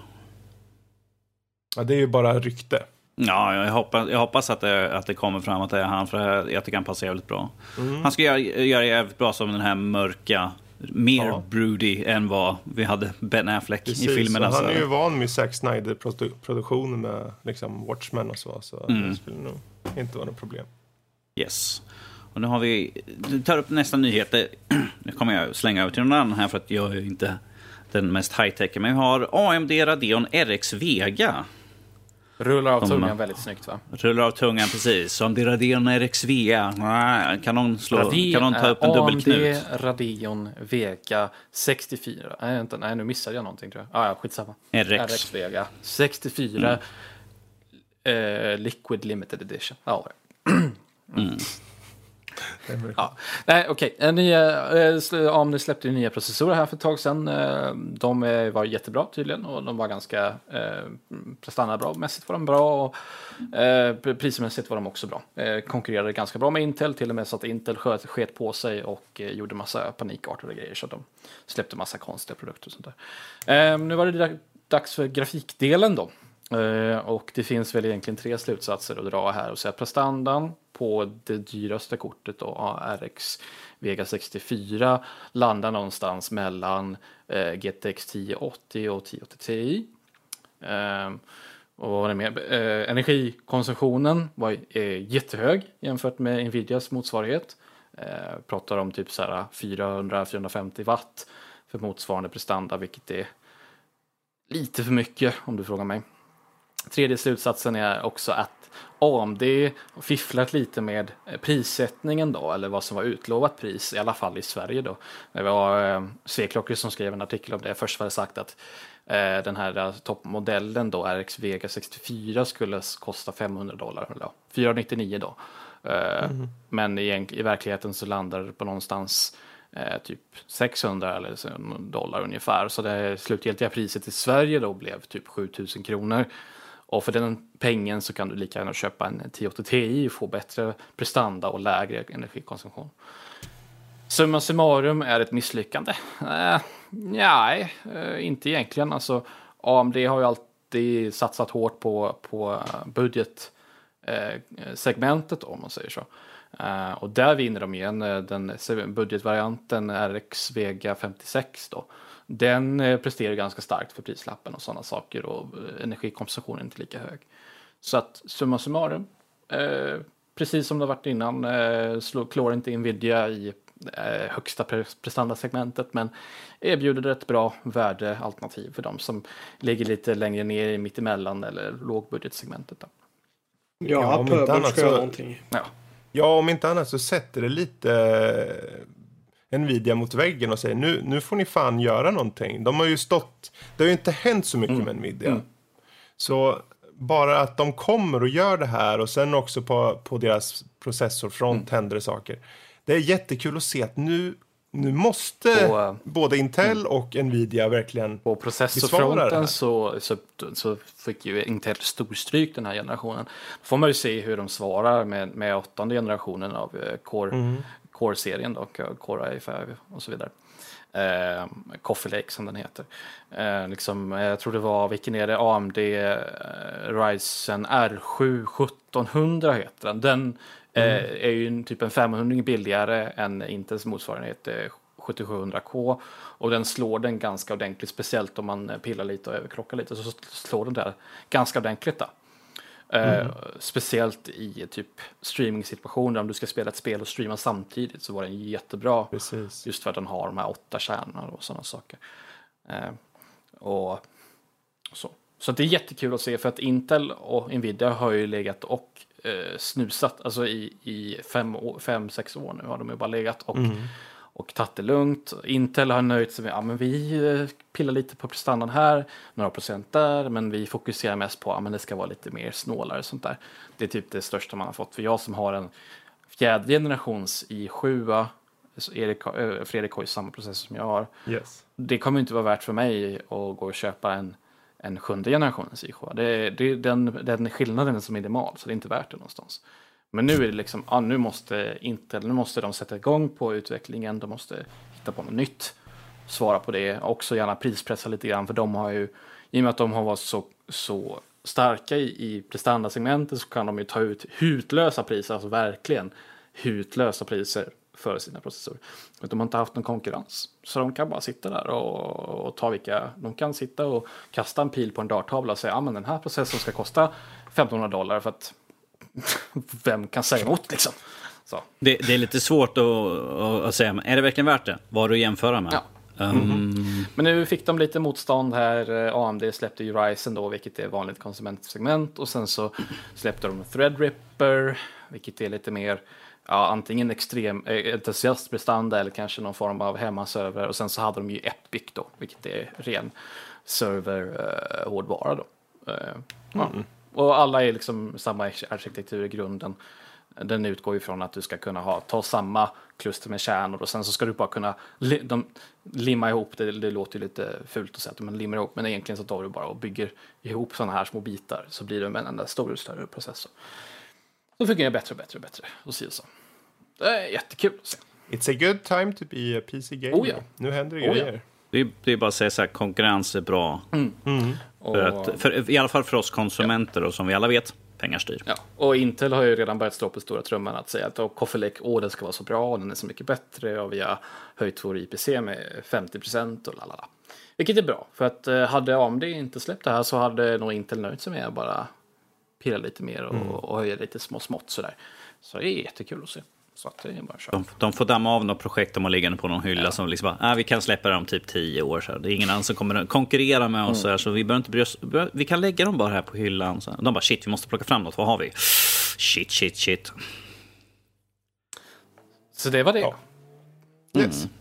Ja, det är ju bara rykte. Ja, jag hoppas, jag hoppas att, det, att det kommer fram att det är han. För jag tycker han passar jävligt bra. Mm. Han ska göra, göra jävligt bra som den här mörka, mer ja. broody än vad vi hade Ben Affleck Precis, i filmen. Alltså. Han är ju van med Zack Snyder-produktionen med liksom Watchmen och så. Så mm. det skulle nog inte vara något problem. Yes. Och nu har vi, du tar upp nästa nyheter. Nu kommer jag slänga över till någon annan här för att jag är inte den mest high-tech. Men vi har A M D Radeon R X Vega. Rullar av tungan väldigt snyggt, va? Rullar av tungan, precis. Som det Radeon R X Vega. Kan någon, slå, Radi- kan någon ta upp en dubbelknut? A M D Radeon Vega sextiofyra. Nej, inte, nej, nu missade jag någonting, tror jag. Ah, ja, skitsamma. R X. R X Vega sextiofyra. Mm. Eh, Liquid Limited Edition. Ja. Mm. Mm. Ja. Nej, okej. Okay. Nya, eh, A M D släppte nya processorer här för ett tag sedan. Eh, de var jättebra tydligen och de var ganska eh, prestanda bra. Mässigt var de bra och eh, prismässigt var de också bra. Eh, konkurrerade ganska bra med Intel, till och med så att Intel sköt, sket på sig och eh, gjorde massa panikartade grejer så att de släppte massa konstiga produkter och sånt där. Eh, nu var det dags för grafikdelen då. Uh, och det finns väl egentligen tre slutsatser att dra här och säga prestandan på det dyraste kortet då, R X Vega sextiofyra, landar någonstans mellan uh, G T X tio åttio och tio åttio Ti. Uh, och vad är det mer? Uh, energikonsumtionen var uh, jättehög jämfört med Nvidias motsvarighet. Eh, pratar om typ så här fyrahundra till fyrahundrafemtio watt för motsvarande prestanda, vilket är lite för mycket om du frågar mig. Tredje slutsatsen är också att A M D har fifflat lite med prissättningen då, eller vad som var utlovat pris, i alla fall i Sverige då. Det var eh, Sveklocker som skrev en artikel om det. Först var det sagt att eh, den här uh, toppmodellen då, R X Vega sextiofyra, skulle kosta femhundra dollar, eller fyrahundranittionio då. Eh, mm. Men i, i verkligheten så landar det på någonstans eh, typ sexhundra eller så, dollar ungefär. Så det slutgiltiga priset i Sverige då blev typ sjutusen kronor. Och för den pengen så kan du lika gärna köpa en tio åttio Ti och få bättre prestanda och lägre energikonsumtion. Summa summarum är ett misslyckande. Eh, nej, eh, inte egentligen. Alltså, A M D har ju alltid satsat hårt på, på budgetsegmentet, eh, om man säger så. Eh, och där vinner de igen den budgetvarianten R X Vega femtiosex då. Den eh, presterar ganska starkt för prislappen och sådana saker, och eh, energikonsumtionen är inte lika hög. Så att summa summarum, eh, precis som det har varit innan, eh, slår, klår inte Nvidia i eh, högsta prestandasegmentet, men erbjuder ett bra värdealternativ för de som ligger lite längre ner i mittemellan eller lågbudgetsegmentet. Då. Ja, ja, om inte annat så, någonting. Ja. ja, om inte annat så sätter det lite Nvidia mot väggen och säger nu, nu får ni fan göra någonting. De har ju stått, det har ju inte hänt så mycket mm. med Nvidia. Mm. Så bara att de kommer och gör det här, och sen också på, på deras processorfront mm. händer det saker. Det är jättekul att se att nu, nu måste på, både Intel mm. och Nvidia verkligen på processorfronten så, så, så fick ju Intel storstryk den här generationen. Då får man ju se hur de svarar med, med åttonde generationen av uh, Core mm. Core-serien då, Core i fem och så vidare. Eh, Coffee Lake som den heter. Eh, liksom, jag tror det var, vilken är det? A M D eh, Ryzen R sju sjuttonhundra heter den. Den eh, mm. är ju en, typ en femhundra billigare än Intels motsvarighet eh, sjuttiosjuhundra K. Och den slår den ganska ordentligt, speciellt om man pillar lite och överklockar lite, så slår den där ganska ordentligt då. Mm. Uh, speciellt i typ streaming-situationer, om du ska spela ett spel och streama samtidigt, så var den jättebra. Precis. Just för att den har de här åtta kärnorna och sådana saker. Uh, och så. Så det är jättekul att se, för att Intel och Nvidia har ju legat och uh, snusat, alltså i, i fem, år, fem, sex år nu har de ju bara legat och mm. och tagit det lugnt. Intel har nöjt sig med, ja men vi pillar lite på prestandan här, några procent där, men vi fokuserar mest på, ja men det ska vara lite mer snålare och sånt där. Det är typ det största man har fått. För jag som har en fjärde generations i sju, Erik, Fredrik har ju samma process som jag har. Yes. Det kommer inte vara värt för mig att gå och köpa en, en sjunde generationens i sju. Det, det är den, den skillnaden som är minimal, så det är inte värt det någonstans. Men nu är det liksom, ja, nu måste Intel, nu måste de sätta igång på utvecklingen, de måste hitta på något nytt, svara på det, också gärna prispressa lite grann, för de har ju, i och med att de har varit så, så starka i, i prestandasegmentet, så kan de ju ta ut hutlösa priser, alltså verkligen hutlösa priser för sina processorer. Men de har inte haft någon konkurrens, så de kan bara sitta där och, och ta vilka, de kan sitta och kasta en pil på en darttavla och säga, ja men den här processorn ska kosta femtonhundra dollar, för att vem kan säga emot liksom. Så. Det, det är lite svårt att, att säga, men är det verkligen värt det? Vad har du att jämföra med? Ja. Um... Mm-hmm. Men nu fick de lite motstånd här. A M D släppte ju Ryzen då, vilket är vanligt konsumentsegment, och sen så släppte de Threadripper, vilket är lite mer, ja, antingen extrem entusiastprestanda eller kanske någon form av hemmaserver, och sen så hade de ju Epic då, vilket är ren server-hårdvara uh, då. Uh, ja. Mm. Och alla är liksom samma arkitektur i grunden. Den utgår ju från att du ska kunna ha, ta samma kluster med kärnor, och sen så ska du bara kunna li, de, limma ihop det. Det låter ju lite fult att säga att man limmar ihop, men egentligen så tar du bara och bygger ihop sådana här små bitar, så blir det en enda stor större processor. Så fungerar det bättre och bättre och bättre och så, så. Det är jättekul att se. It's a good time to be a P C gamer. Oh ja. Nu händer det oh grejer. Ja. Det är, det är bara att säga så här, konkurrens är bra. Mm. Mm. För att, för, i alla fall för oss konsumenter, ja. Och som vi alla vet, pengar styr. Ja. Och Intel har ju redan börjat stå på stora trumman att säga att Coffee Lake, åh, den ska vara så bra, och den är så mycket bättre, och vi har höjt vår I P C med femtio procent och lalala. Vilket är bra, för att eh, hade A M D inte släppt det här, så hade nog Intel nöjt sig med att bara pilla lite mer och, mm. och höja lite små smått sådär. Så det är jättekul att se. Så att det är bara de, de får damma av något projekt de har liggande på någon hylla ja. Som liksom bara, ah, vi kan släppa dem om typ tio år. Så här. Det är ingen annan som kommer att konkurrera med oss mm. här, så vi behöver inte bry oss. Vi kan lägga dem bara här på hyllan. Så. De bara, shit, vi måste plocka fram något. Vad har vi? Shit, shit, shit. Så det var det. Ja. Yes. Mm.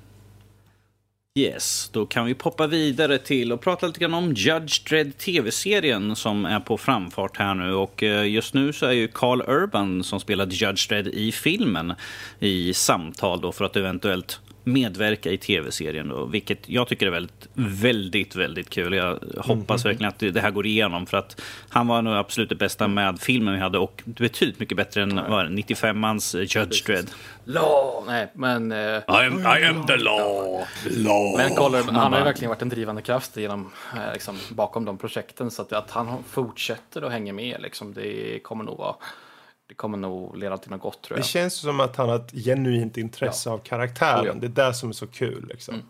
Yes, då kan vi poppa vidare till och prata lite grann om Judge Dredd tv-serien som är på framfart här nu. Och just nu så är ju Carl Urban som spelade Judge Dredd i filmen i samtal då för att eventuellt medverka i tv-serien då, vilket jag tycker är väldigt, väldigt, väldigt kul. Jag hoppas mm-hmm. verkligen att det här går igenom, för att han var nog absolut det bästa med filmen vi hade, och betydligt mycket bättre än vad, nittiofem-mans Judge Dredd. Law! Nej, men... Uh, I, am, I am the law! law. Men Colin, han har ju verkligen varit en drivande kraft genom, eh, liksom, bakom de projekten, så att, att han fortsätter och hänger med, liksom, det kommer nog vara... Det kommer nog leda till något gott, tror jag. Det känns som att han har ett genuint intresse ja. Av karaktären. Oh, ja. Det är det som är så kul. Liksom. Mm.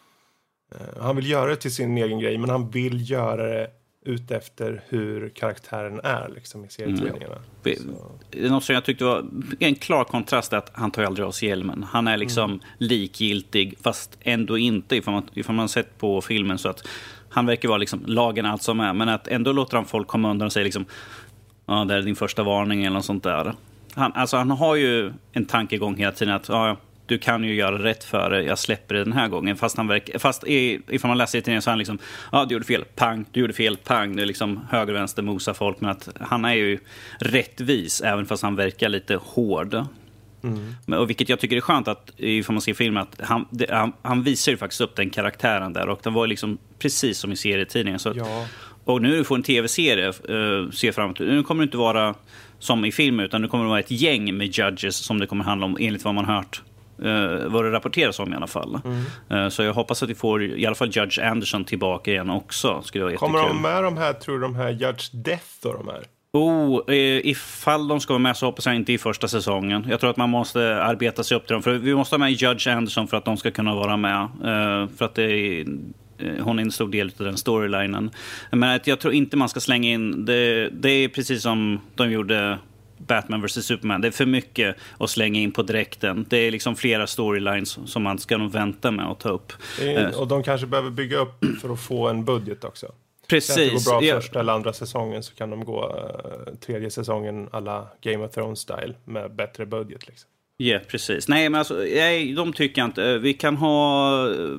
Uh, han vill göra det till sin egen grej, men han vill göra det ut efter hur karaktären är liksom, i serietidningarna. Mm. Det är något som jag tyckte var en klar kontrast, att han tar aldrig av sig hjälmen. Han är liksom mm. likgiltig, fast ändå inte, ifall man, ifall man sett på filmen, så att han verkar vara liksom lagen allt som är, men att ändå låter han folk komma undan och säga liksom, ja, det är din första varning eller något sånt där. Han, alltså, han har ju en tankegång hela tiden att ja, du kan ju göra rätt för det, jag släpper det den här gången. Fast, han verkar, fast i, ifall man läser i tidningen så är han liksom, ja, du gjorde fel, pang, du gjorde fel, pang. Det är liksom höger, vänster, mosa folk. Men att han är ju rättvis, även fast han verkar lite hård. Mm. Men, och vilket jag tycker är skönt, att ifall man ser filmen, att han, det, han, han visar ju faktiskt upp den karaktären där. Och den var liksom precis som i serietidningen. Så att, ja. Och nu får en tv-serie uh, se framåt. Nu kommer det inte vara som i filmen, utan det kommer att vara ett gäng med judges som det kommer handla om, enligt vad man hört. Uh, vad det rapporteras om i alla fall. Mm. Uh, så jag hoppas att vi får i alla fall Judge Anderson tillbaka igen också. Skulle vara kommer de med de här, tror de här Judge Death och de här? Oh, ifall de ska vara med så hoppas jag inte i första säsongen. Jag tror att man måste arbeta sig upp till dem. För vi måste ha med Judge Anderson för att de ska kunna vara med. Uh, för att det är... Hon är en stor del av den storylinen. Men jag tror inte man ska slänga in... Det, det är precis som de gjorde Batman versus Superman. Det är för mycket att slänga in på direkten. Det är liksom flera storylines som man ska nog vänta med att ta upp. Är, och de kanske behöver bygga upp för att få en budget också. Precis. Om det går bra första eller andra säsongen, så kan de gå uh, tredje säsongen alla Game of Thrones-style med bättre budget liksom. Ja, yeah, precis. Nej, men alltså, nej, de tycker jag inte. Vi kan ha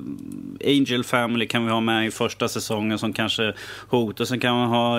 Angel Family kan vi ha med i första säsongen som kanske hot. Och sen kan man ha...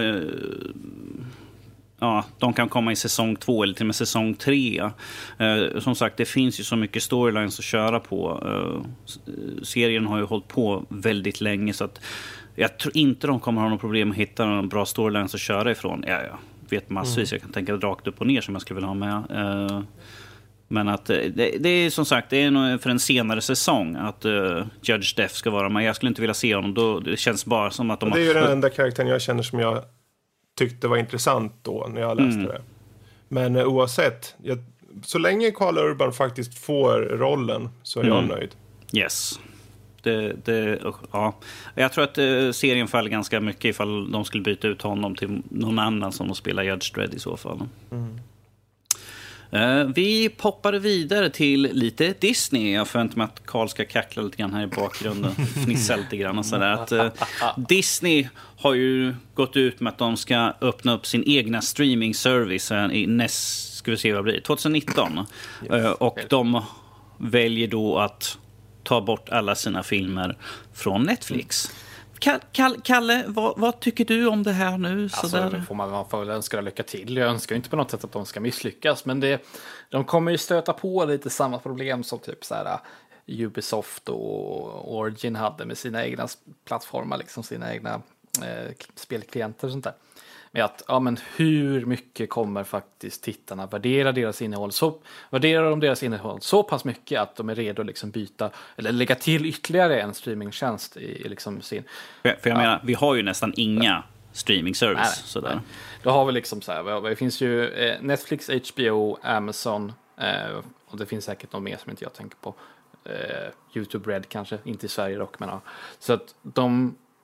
Ja, de kan komma i säsong två eller till och med säsong tre. Eh, som sagt, det finns ju så mycket storylines att köra på. Eh, serien har ju hållit på väldigt länge, så att jag tror inte de kommer ha något problem att hitta någon bra storylines att köra ifrån. Ja, jag vet massvis. Mm. Jag kan tänka rakt upp och ner som jag skulle vilja ha med. Eh, Men att det, det är som sagt, det är nog för en senare säsong att uh, Judge Death ska vara med. Jag skulle inte vilja se honom då. Det känns bara som att de har... Det är ju den enda karaktären jag känner som jag tyckte var intressant då när jag läste mm. det. Men uh, oavsett, jag, så länge Carl Urban faktiskt får rollen så är mm. jag nöjd. Yes. Det, det, ja. Jag tror att uh, serien faller ganska mycket ifall de skulle byta ut honom till någon annan som de spelar Judge Dredd i så fall. Mm. Uh, vi poppar vidare till lite Disney. Jag förväntar mig att Carl ska kackla lite grann här i bakgrunden. Fnissa lite grann och sådär. Att, uh, Disney har ju gått ut med att de ska öppna upp sin egna streaming-service uh, i näst, ska vi se vad det blir, tjugonitton. Uh, och de väljer då att ta bort alla sina filmer från Netflix. Kalle, Kalle vad, vad tycker du om det här nu? Alltså, får man, man får väl önska lycka till. Jag önskar inte på något sätt att de ska misslyckas, men det, de kommer ju stöta på lite samma problem som typ så här Ubisoft och Origin hade med sina egna plattformar, liksom sina egna eh, spelklienter och sånt där. Med att, ja, men hur mycket kommer faktiskt tittarna värdera deras innehåll, så värderar de deras innehåll så pass mycket att de är redo att liksom byta eller lägga till ytterligare en streamingtjänst i liksom sin... För, för jag ja. menar, vi har ju nästan inga ja. streaming-service. Nej, sådär. Nej. Då har vi liksom så här, det finns ju eh, Netflix, H B O, Amazon eh, och det finns säkert något mer som inte jag tänker på. Eh, YouTube Red kanske, inte i Sverige dock, men ja. Så att de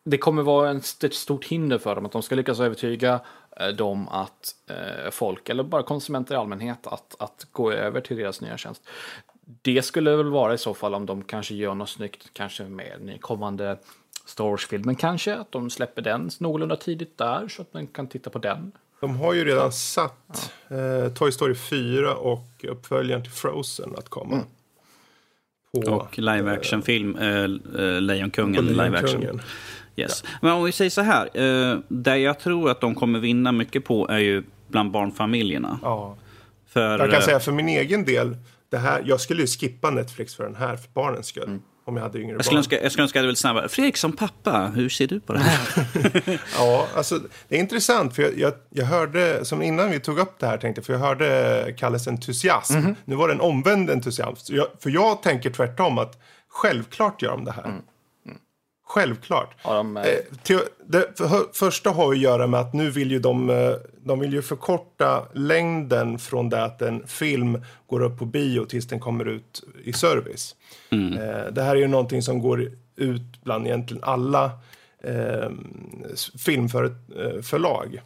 det kommer vara en st- ett stort hinder för dem att de ska lyckas övertyga eh, dem att eh, folk, eller bara konsumenter i allmänhet, att, att gå över till deras nya tjänst. Det skulle väl vara i så fall om de kanske gör något snyggt, kanske med den kommande Star Wars-filmen kanske, att de släpper den någorlunda tidigt där så att man kan titta på den. De har ju redan satt ja. eh, Toy Story fyra och uppföljaren till Frozen att komma. Mm. På, och live action-film, äh, äh, Lejonkungen live action. Yes. Men om vi säger så här, äh, där jag tror att de kommer vinna mycket på är ju bland barnfamiljerna. Ja. För, jag kan säga för min egen del, det här, jag skulle ju skippa Netflix för den här, för barnens skull. Mm. Om jag hade yngre jag skulle barn. Önska, jag skulle önska att det var snabbare. Fredrik som pappa, hur ser du på det här? Ja, alltså det är intressant. För jag, jag, jag hörde, som innan vi tog upp det här tänkte, för jag hörde Kalles entusiasm. Mm-hmm. Nu var det en omvänd entusiasm. Jag, för jag tänker tvärtom att självklart gör de det här. Mm. Mm. Självklart. Ja, de, eh, till, det för, första har att göra med att nu vill ju de, de vill ju förkorta längden från det att en film går upp på bio tills den kommer ut i service. Mm. Eh, det här är ju någonting som går ut bland egentligen alla eh, filmförlag.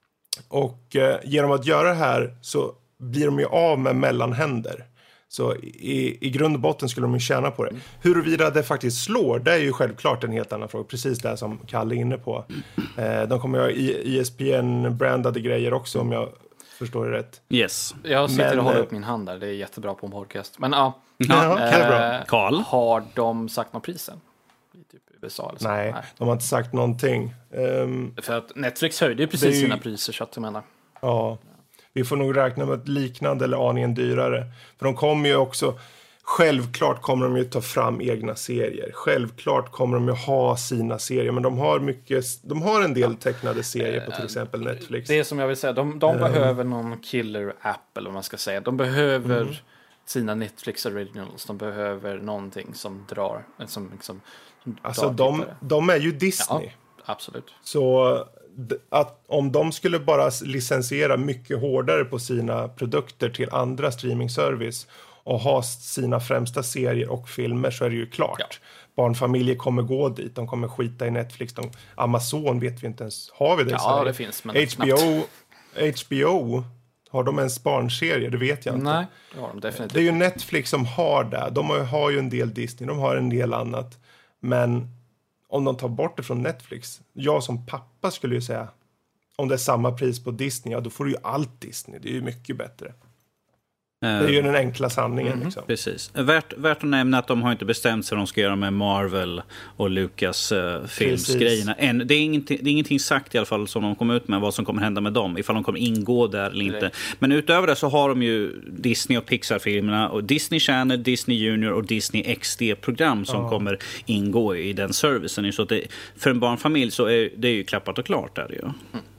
Och eh, genom att göra det här så blir de ju av med mellanhänder. Så i, i grund och botten skulle de ju tjäna på det. Huruvida det faktiskt slår, det är ju självklart en helt annan fråga. Precis det som Kalle är inne på. Eh, de kommer ju ha E S P N-brandade grejer också om jag förstår det rätt. Yes. Jag sitter Men, och håller upp min hand där. Det är jättebra på en podcast. Men ja, ja äh, Carl, har de sagt några priser? I typ U S A eller så? Nej, Nej, de har inte sagt någonting. Um, För att Netflix höjde ju precis ju, sina priser, så att jag menar. Ja, vi får nog räkna med ett liknande eller aningen dyrare. För de kommer ju också, självklart kommer de ju ta fram egna serier. Självklart kommer de ju ha sina serier. Men de har mycket, de har en del tecknade serier på till exempel Netflix. Det är som jag vill säga, de, de um, behöver någon killer-app eller vad man ska säga. De behöver mm. sina Netflix originals. De behöver någonting som drar, som liksom, som alltså de, de är ju Disney. Ja, absolut. Så att om de skulle bara licensiera mycket hårdare på sina produkter till andra streamingservice och ha sina främsta serier och filmer, så är det ju klart. Ja. Barnfamiljer kommer gå dit, de kommer skita i Netflix. De, Amazon vet vi inte ens, har vi det i Ja, Sverige? det finns, men H B O, H B O, har de ens barnserier? Det vet jag inte. Nej, det har de definitivt. Det är ju Netflix som har det. De har, har ju en del Disney, de har en del annat. Men om de tar bort det från Netflix, jag som pappa skulle ju säga, om det är samma pris på Disney, ja, då får du ju allt Disney. Det är ju mycket bättre. Det är ju den enkla sanningen. Mm-hmm. Liksom. Precis. Värt, värt att nämna att de har inte bestämt sig vad de ska göra med Marvel och Lucas uh, filmsgrejerna. Än, det, är ingenting, det är ingenting sagt i alla fall som de kommer ut med vad som kommer hända med dem. Ifall de kommer ingå där eller inte. Men utöver det så har de ju Disney och Pixar-filmerna och Disney Channel, Disney Junior och Disney X D-program som ja. kommer ingå i den servicen. Så att det, för en barnfamilj så är det ju klappat och klart där ju. Mm.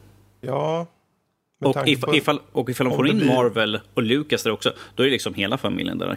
Ja. Och ifall, ifall, och ifall de får in blir... Marvel och Lucas där också, då är det liksom hela familjen där.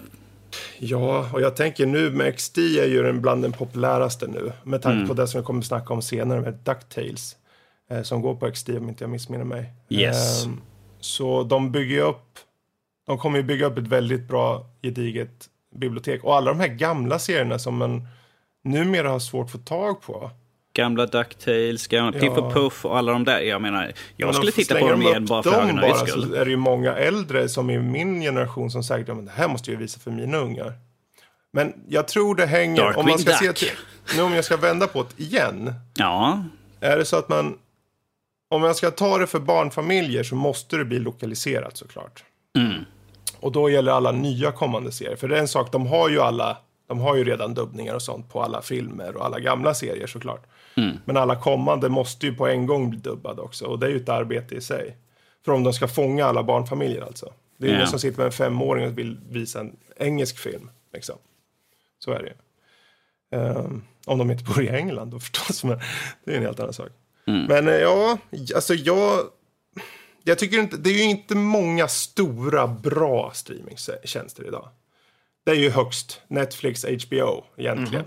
Ja, och jag tänker nu med X D är ju den bland den populäraste nu. Med tanke mm. på det som jag kommer att snacka om senare med DuckTales. Eh, som går på X D om inte jag missminner mig. Yes. Eh, så de bygger upp, de kommer ju bygga upp ett väldigt bra gediget bibliotek. Och alla de här gamla serierna som man numera har svårt att få tag på. Gamla DuckTales, gamla Piff och Puff och alla de där. Jag menar, jag men skulle titta på dem igen bara för ögonen skull. Så är det ju många äldre som i min generation som säger att det här måste jag visa för mina ungar. Men jag tror det hänger... Darkwing om man ska Duck. se till, nu om jag ska vända på det igen. Ja. Är det så att man... Om jag ska ta det för barnfamiljer så måste det bli lokaliserat såklart. Mm. Och då gäller alla nya kommande serier. För det är en sak, de har ju alla... De har ju redan dubbningar och sånt på alla filmer och alla gamla serier såklart. Mm. Men alla kommande måste ju på en gång bli dubbade också. Och det är ju ett arbete i sig. För om de ska fånga alla barnfamiljer alltså. Det är ju yeah. ingen som sitter med en femåring och vill visa en engelsk film. Liksom. Så är det ju. Um, om de inte bor i England då förstås. Men det är en helt annan sak. Mm. Men uh, ja, alltså jag... Jag tycker inte... Det är ju inte många stora bra streamingtjänster idag. Det är ju högst Netflix, H B O egentligen.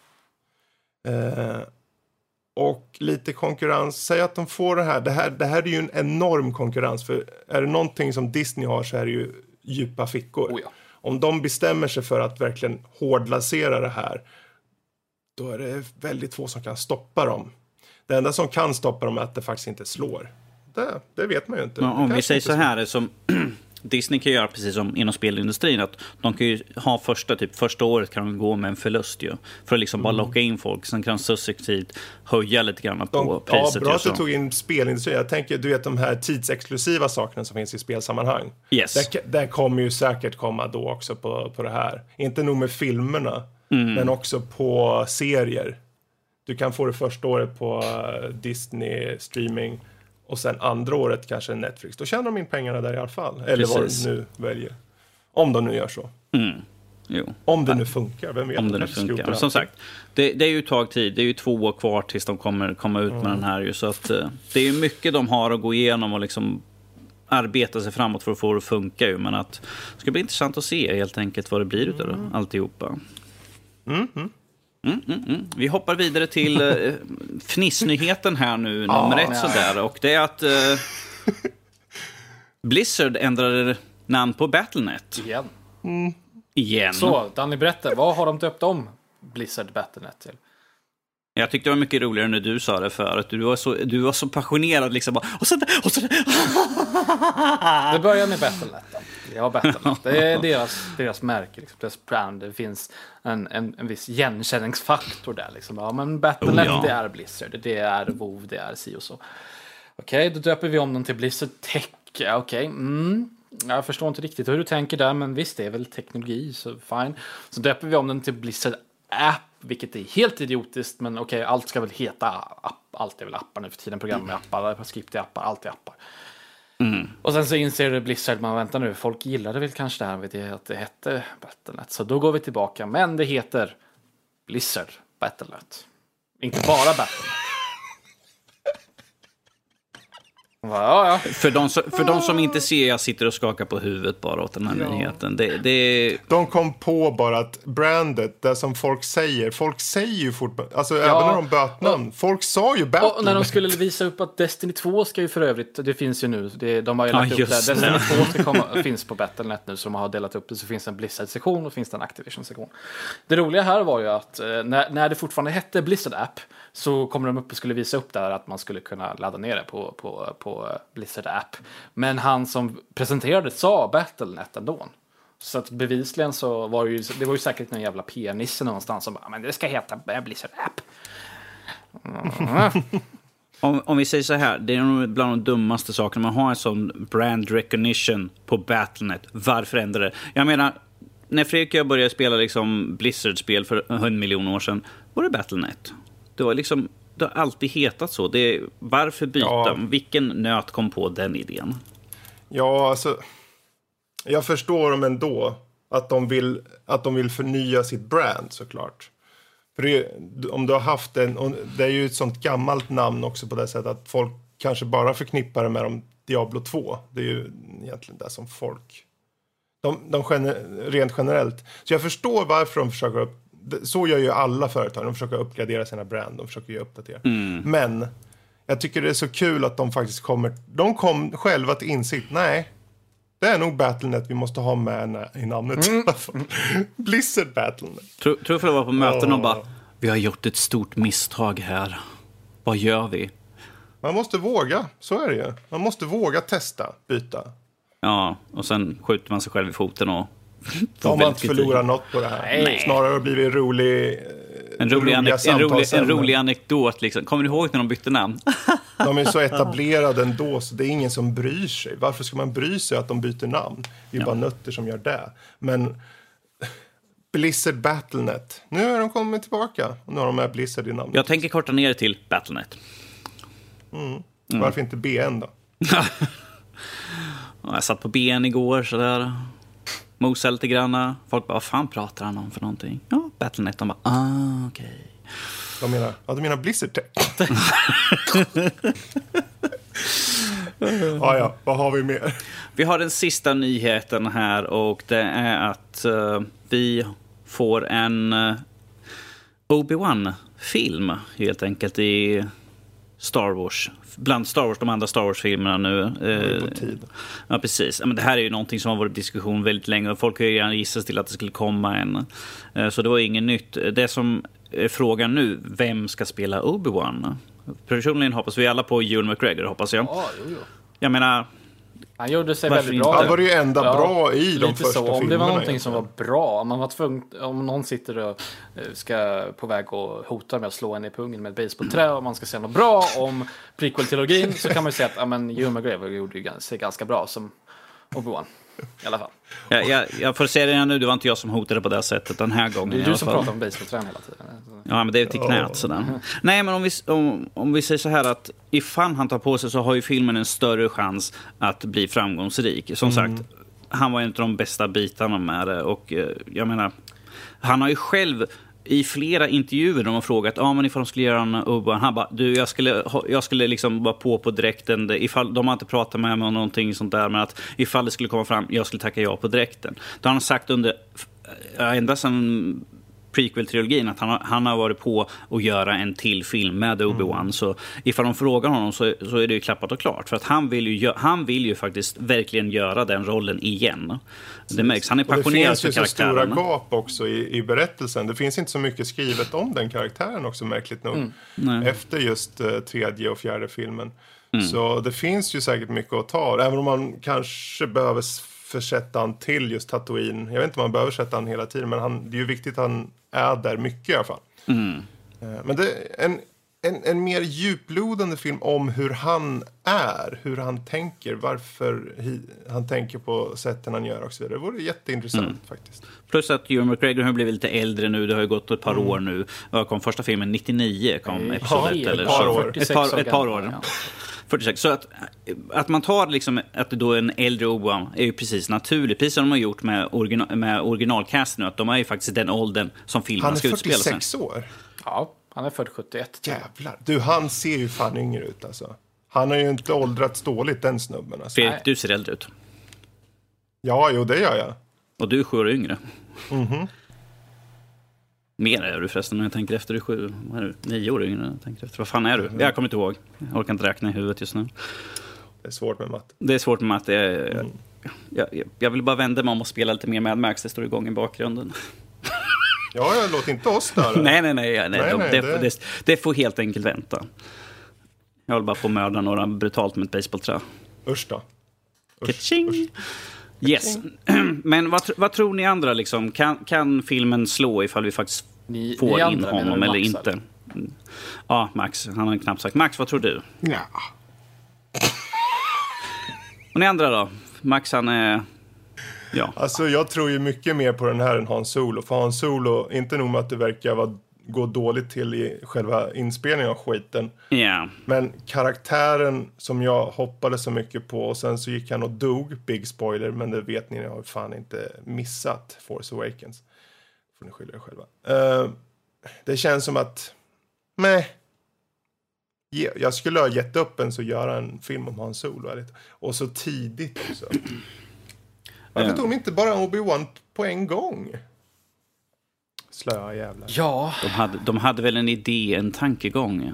Mm. Uh, och lite konkurrens. Säg att de får det här. det här. Det här är ju en enorm konkurrens. För är det någonting som Disney har så är det ju djupa fickor. Oh ja. Om de bestämmer sig för att verkligen hårdlansera det här. då är det väldigt få som kan stoppa dem. Det enda som kan stoppa dem är att det faktiskt inte slår. Det, det vet man ju inte. Ja, om vi säger så slår. här, är som Disney kan göra precis som inom spelindustrin, att de kan ju ha första, typ, första året kan de gå med en förlust ju, för att liksom bara locka in folk. Sen kan de successivt höja lite grann på de, priset. Ja, bra att du tog in spelindustrin. Jag tänker, du vet de här tidsexklusiva sakerna som finns i spelsammanhang. Yes. Det, det kommer ju säkert komma då också på, på det här. Inte nog med filmerna, mm. men också på serier. Du kan få det första året på Disney streaming och sen andra året kanske Netflix. Då tjänar de in pengarna där i alla fall. Eller Precis. vad de nu väljer. Om de nu gör så. Mm. Jo. Om det nu funkar, vem vet? Om det nu funkar. Som sagt, det, det är ju ett tag tid. Det är ju två år kvar tills de kommer komma ut med mm. den här. Ju, så att, det är ju mycket de har att gå igenom och liksom arbeta sig framåt för att få det att funka. Ju. Men att, det ska bli intressant att se helt enkelt vad det blir utav mm. alltihopa. Mm, mm. Mm, mm, mm. Vi hoppar vidare till uh, fnissnyheten här nu, nummer ah, ett sådär. Och det är att uh, Blizzard ändrade namn på Battle punkt net. Igen. Mm. Igen. Så, Danny, berätta, vad har de döpt om Blizzard Battle punkt net till? Jag tyckte det var mycket roligare när du sa det förut. Du var så, du var så passionerad liksom. Och så, och så. Det börjar med Battle punkt net. Ja, Battle punkt net. Det är deras, deras märke, liksom, deras brand. Det finns en, en, en viss igenkänningsfaktor där. Liksom. Ja, men Battle punkt net, oh, ja. Det är Blizzard. Det är WoW, det är si och så. Okej, okay, då döper vi om den till Blizzard Tech. Okej, okay. mm. Jag förstår inte riktigt hur du tänker där, men visst, det är väl teknologi, så fine. Så döper vi om den till Blizzard App, vilket är helt idiotiskt, men okej, okay, allt ska väl heta app. Allt är väl appar nu för tiden, program med appar, skript i appar, allt är appar. Mm. Och sen så inser Blizzard, man väntar nu, folk gillade väl kanske det här, vet jag, att det hette Battle punkt net. Så då går vi tillbaka, men det heter Blizzard Battle punkt net. Inte bara Battle. Ja, ja. För, de som, för de som inte ser, jag sitter och skakar på huvudet bara åt den här ja. nyheten. Det, det... De kom på bara att brandet, det som folk säger, folk säger ju fort, alltså ja. även när de böt namn, folk sa ju Battle. Och när de skulle visa upp att Destiny två ska ju för övrigt, det finns ju nu, det, de har ju lagt ja, upp det, Destiny två ska komma, finns på Battle punkt net nu, så de har delat upp det, så finns en Blizzard-sektion och finns det en Activision-sektion. Det roliga här var ju att när, när det fortfarande hette Blizzard App, så kommer de upp och skulle visa upp där att man skulle kunna ladda ner det på, på, på Blizzard App. Men han som presenterade sa Battle punkt net ändå. Så att bevisligen så var det ju, det var ju säkert någon jävla P R-nisse någonstans som bara, men det ska heta Blizzard App. Mm. om, om vi säger så här, det är nog bland de dummaste sakerna. Man har en sån brand recognition på Battle punkt net. Varför ändra det? Jag menar, när Fredrik och jag började spela liksom Blizzard-spel för en miljon år sedan, var det Battle punkt net. Det var liksom, det har alltid hetat så. Det är, varför byta? Ja. Vilken nöt kom på den idén? Ja, alltså, jag förstår dem ändå att de vill, att de vill förnya sitt brand, såklart. För det, om du har haft en, och det är ju ett sånt gammalt namn också på det sättet att folk kanske bara förknippar det med dem Diablo två. Det är ju egentligen det som folk, de, de gener, rent generellt. Så jag förstår varför de försöker upp. Så gör ju alla företag. De försöker uppgradera sina brand. De försöker ju uppdatera. Mm. Men jag tycker det är så kul att de faktiskt kommer. De kom själva till insikt. Nej, det är nog Battle punkt net vi måste ha med i namnet. Mm. Blizzard Battle punkt net. Tror, tror jag var på möten och bara, vi har gjort ett stort misstag här. Vad gör vi? Man måste våga. Så är det ju. Man måste våga testa, byta. Ja, och sen skjuter man sig själv i foten och om man inte förlorar något på det här. Nej. Snarare blir det rolig, en rolig, anek- en, rolig, en rolig anekdot. Liksom. Kommer du ihåg när de bytte namn? De är så etablerade ändå, så det är ingen som bryr sig. Varför ska man bry sig att de byter namn? Det är ja. bara nötter som gör det. Men Blizzard Battle punkt net. Nu har de kommit tillbaka. Och nu har de med Blizzard i namnet. Jag tänker korta ner det till Battle punkt net. Mm. Mm. Varför inte B N då? Jag satt på B N igår sådär. Mosa lite granna. Folk bara, vad fan pratar han om för någonting? Ja, Battle punkt net. De bara, ah, okej. Okay. De menar, ja, de menar Blizzard Tech. ah, ja, vad har vi mer? Vi har den sista nyheten här och det är att uh, vi får en uh, Obi-Wan-film helt enkelt i Star Wars, bland Star Wars, de andra Star Wars-filmerna nu. Eh, på tid. Ja, precis. Men det här är ju någonting som har varit diskussion väldigt länge och folk har ju gärna gissat till att det skulle komma en. Eh, så det var inget nytt. Det som är frågan nu, vem ska spela Obi-Wan? Personligen hoppas vi alla på Ewan McGregor, hoppas jag. Ja, jo, jo. Jag menar... Han gjorde sig Varför väldigt inte? bra. Han var ju enda Ja, bra i de lite första så. Om filmerna. det var någonting egentligen. som var bra, om man var tvungen, om någon sitter och eh, ska på väg och hota med att slå en i pungen med ett basebollträ och man ska säga något bra om prequel-trilogin, så kan man ju säga att ja, men Ewan McGregor gjorde ju sig ganska bra som Obi-Wan. I alla fall. Jag, jag, jag får se det nu, det var inte jag som hotade på det sättet den här gången. Det är i du alla som fall. pratar om basebollträn hela tiden. Ja, men det är till knät sådär. Nej, men om vi, om, om vi säger så här att ifall han tar på sig så har ju filmen en större chans att bli framgångsrik. Som Mm. sagt, han var ju inte de bästa bitarna med det. Och eh, jag menar, han har ju själv i flera intervjuer de har frågat, ja ah, men ifall de skulle göra en Obi-Wan, han bara, du jag skulle, jag skulle liksom vara på på direkten, ifall de har inte pratat med mig om någonting sånt där, men att ifall det skulle komma fram, jag skulle tacka ja på direkten. Då har han sagt under, ända sedan prequel-trilogin att han har, han har varit på att göra en till film med Obi-Wan. Mm. Så ifall de frågar honom så, så är det ju klappat och klart. För att han vill ju, han vill ju faktiskt verkligen göra den rollen igen. Det märks, han är passionerad för karaktären. Det finns ju så stora gap också i, i berättelsen. Det finns inte så mycket skrivet om den karaktären också, märkligt nog. Mm. Efter just uh, tredje och fjärde filmen. Mm. Så det finns ju säkert mycket att ta. Även om man kanske behöver försätta han till just Tatooine. Jag vet inte om man behöver sätta han hela tiden, men han, det är ju viktigt att han är där mycket i alla fall. Mm. Men det är en, en, en mer djuplodande film om hur han är, hur han tänker, varför hi, han tänker på sätten han gör och så vidare. Det vore jätteintressant mm. faktiskt. Plus att Ewan McGregor har blivit lite äldre nu, det har ju gått ett par mm. år nu. Jag kom första filmen nittionio, kom episod ett, ja, eller ett par år. Ett par, ett par år. Ja. fyrtiosex. Så att, att man tar liksom att det då är en äldre Obi-Wan är ju precis naturligt. Precis som de har gjort med, original, med originalcast nu. Att de är ju faktiskt den åldern som filmen ska utspela sig. Han är fyrtiosex år? Ja, han är född sjuttioett. Jävlar. Du, han ser ju fan yngre ut alltså. Han har ju inte åldrats dåligt, den snubben. Alltså. Fredrik, du ser äldre ut. Ja, jo, det gör jag. Och du är sju år yngre. Mhm. Mer är du förresten när jag tänker efter. Du är sju, vad är du? Nio år yngre. Jag tänker efter. Vad fan är du? Jag kommer inte ihåg. Jag orkar inte räkna i huvudet just nu. Det är svårt med matte. Det är svårt med matte. Jag, mm. jag, jag, jag vill bara vända mig om och spela lite mer Mad Max. Det står igång i bakgrunden. Ja, jag låter inte oss där. nej, nej, nej. nej, nej, nej det, det... Det, det får helt enkelt vänta. Jag håller bara på att mörda några brutalt med ett basebollträ. Usch då. Usch, usch. Yes. Men vad, vad tror ni andra liksom? Kan, kan filmen slå ifall vi faktiskt ni, får ni in andra, honom eller inte? Eller? Ja, Max. Han har knappt sagt. Max, vad tror du? Ja. Och ni andra då? Max, han är... Ja. Alltså, jag tror ju mycket mer på den här än Han Solo. För Han Solo, inte nog med att det verkar vara, gå dåligt till i själva inspelningen av skiten. Yeah. Men karaktären som jag hoppade så mycket på, och sen så gick han och dog, big spoiler, men det vet ni, jag har fan inte missat Force Awakens. Får ni skylla er själva. Uh, det känns som att, meh, jag skulle ha gett upp en så göra en film om Han Solo. Och så tidigt också. Varför tog ni inte bara Obi-Wan på en gång? Slöa jävlar. Ja. De hade, de hade väl en idé, en tankegång?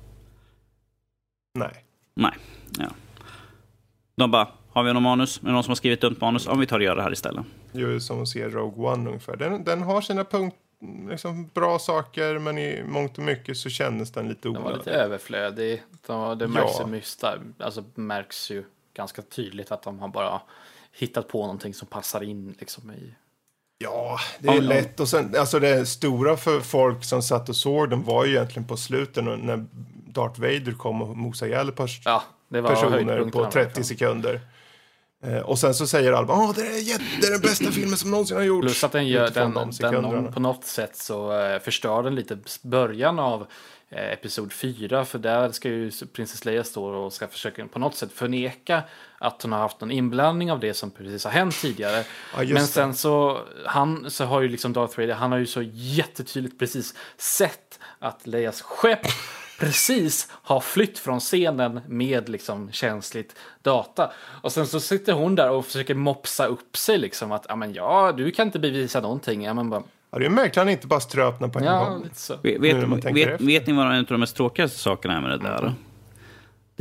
Nej. Nej, ja. De bara, har vi någon manus? Är det någon som har skrivit dumt manus? Om vi tar och gör det här istället. Jo, som att se Rogue One ungefär. Den, den har sina punkt, liksom bra saker, men i mångt och mycket så kändes den lite onödig. Den var lite överflödig. De, det märks, ja. mysta, alltså, märks ju ganska tydligt att de har bara hittat på någonting som passar in liksom i... Ja, det är ja, lätt. Och sen, alltså det stora för folk som satt och såg den var ju egentligen på slutet när Darth Vader kom och mosade ihjäl pers- ja, det var personer på trettio sekunder. Eh, och sen så säger alla, åh, det är, jätte, det är den bästa filmen som någonsin har gjorts. Plus att den gör den, den om, på något sätt så eh, förstör den lite början av eh, episod fyra, för där ska ju Princess Leia stå och ska försöka på något sätt förneka att hon har haft någon inblandning av det som precis har hänt tidigare. Ja, men sen det. så han så har ju liksom Darth Vader, han har ju så jättetydligt precis sett att Leias skepp precis har flytt från scenen med liksom känsligt data. Och sen så sitter hon där och försöker mopsa upp sig liksom att ja men ja, du kan inte bevisa någonting. Ja men bara ja, det är märkligt att han inte bara ströpnar på en ja, gång. Lite så. Vet, vet, vet, vet ni vad en av de mest tråkigaste sakerna är med det där?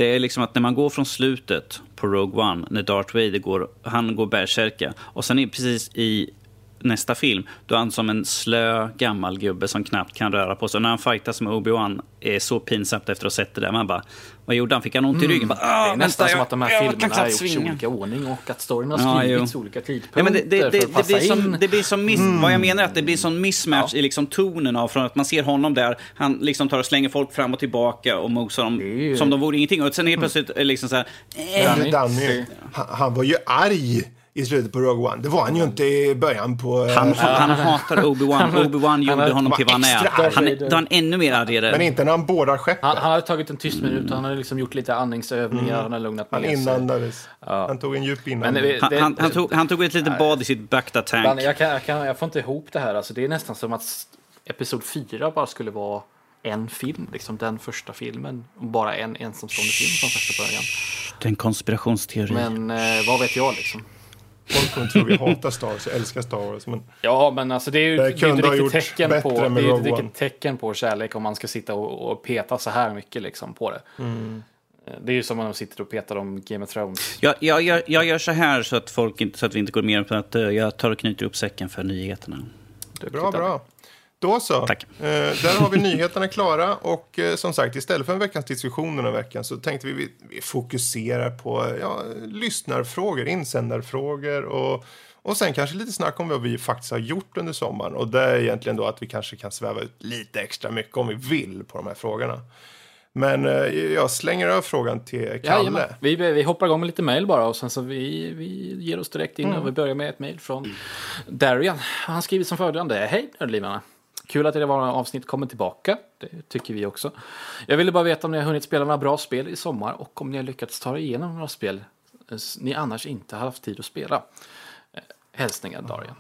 Det är liksom att när man går från slutet på Rogue One, när Darth Vader går, han går bärsärka, och sen är precis i nästa film, då är han som en slö gammal gubbe som knappt kan röra på sig. Och när han fightas med Obi-Wan är så pinsamt efter att ha sett det där. Man bara, vad gjorde han? Fick han ont i ryggen? Mm. Bara, det är nästan jag, som att de här jag, filmerna jag är gjorts i olika ordning och att storyn har skrivits i ja, olika tidpunkter ja, men det, det, det, för att passa det blir som, in. det blir som miss, mm. Vad jag menar är att det blir som mismatch ja. i liksom tonen av från att man ser honom där, han liksom tar och slänger folk fram och tillbaka och mosar dem ju... som de vore ingenting. Och sen helt plötsligt är liksom så här, eh. Danny, Danny, han, han var ju arg i slutet på Rogue One. Det var han ju inte i början på... Han, han, han hatar Obi-Wan. Obi-Wan gjorde han honom till vad han är. Han är han ännu mer argare. Men inte när han bådar skeppet. Han, han hade tagit en tyst minut. Han hade liksom gjort lite andningsövningar. Mm. Han har lugnat ner sig. Han inandades. Ja. Han tog en djup inandning. Det, det, han, han, tog, han tog ett litet bad i sitt Bacta-tank. Jag, kan, jag, kan, jag får inte ihop det här. Alltså, det är nästan som att episod fyra bara skulle vara en film. Liksom den första filmen. Bara en ensamstående film från första början. Det är en konspirationsteori. Men eh, vad vet jag liksom. Folk kommer tro vi hatar Star Wars, jag älskar Star Wars. Men ja, men alltså det är ju det det är inte riktigt tecken på, det är inte riktigt tecken på kärlek om man ska sitta och, och peta så här mycket liksom på det. Mm. Det är ju som om man sitter och petar om Game of Thrones. Jag, jag, jag, jag gör så här så att, folk inte, så att vi inte går mer på att jag tar och knyter upp säcken för nyheterna. Bra, bra. Då så. Tack. Eh, där har vi nyheterna klara och eh, som sagt, istället för en veckans diskussion den här veckan så tänkte vi, vi, vi fokuserar på ja, lyssnarfrågor, insändarfrågor och, och sen kanske lite snack om vad vi faktiskt har gjort under sommaren. Och det är egentligen då att vi kanske kan sväva ut lite extra mycket om vi vill på de här frågorna. Men eh, jag slänger över frågan till Kalle. Ja, vi, vi hoppar igång med lite mejl bara och sen så vi, vi ger oss direkt in mm. och vi börjar med ett mejl från Darian. Han skriver som följande: hej nördlivarna. Kul att det var avsnitt kommer tillbaka. Det tycker vi också. Jag ville bara veta om ni har hunnit spela några bra spel i sommar och om ni har lyckats ta igenom några spel ni annars inte har haft tid att spela. Hälsningar Darian.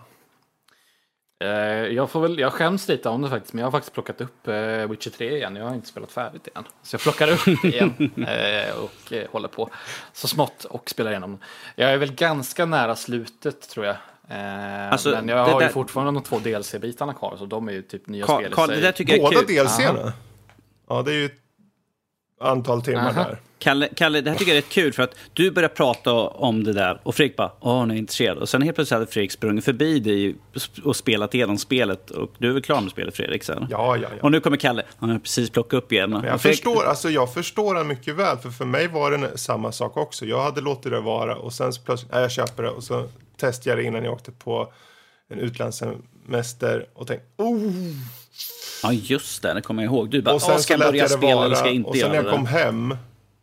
Jag får väl, jag skäms lite om det faktiskt, men jag har faktiskt plockat upp Witcher tre igen. Jag har inte spelat färdigt än. Så jag plockar upp igen och håller på så smått och spelar igenom. Jag är väl ganska nära slutet tror jag. Eh, alltså, men jag har där... ju fortfarande de två D L C-bitarna kvar, så de är ju typ nya Carl, spel. Carl, det där tycker jag är båda kul. D L C-na? Ja, det är ju ett antal timmar Aha. där. Kalle, Kalle, det här tycker jag är rätt kul för att du börjar prata om det där och Fredrik bara, åh, nu är jag intresserad. Och sen helt plötsligt hade Fredrik sprungit förbi dig och spelat igenom spelet och du är väl klar med spelet, Fredrik? Så? Ja, ja, ja. Och nu kommer Kalle, han har precis plockat upp igen. Men jag, Fredrik... förstår, alltså, jag förstår det mycket väl, för för mig var det samma sak också. Jag hade låtit det vara och sen plötsligt, nej, jag köper det och så testade jag det innan jag åkte på en utlandssemester och tänkte, oh! Ja, just det, det kommer jag ihåg. Du bara, och sen ska jag börja spela vara, eller ska jag inte och sen göra när jag kom hem,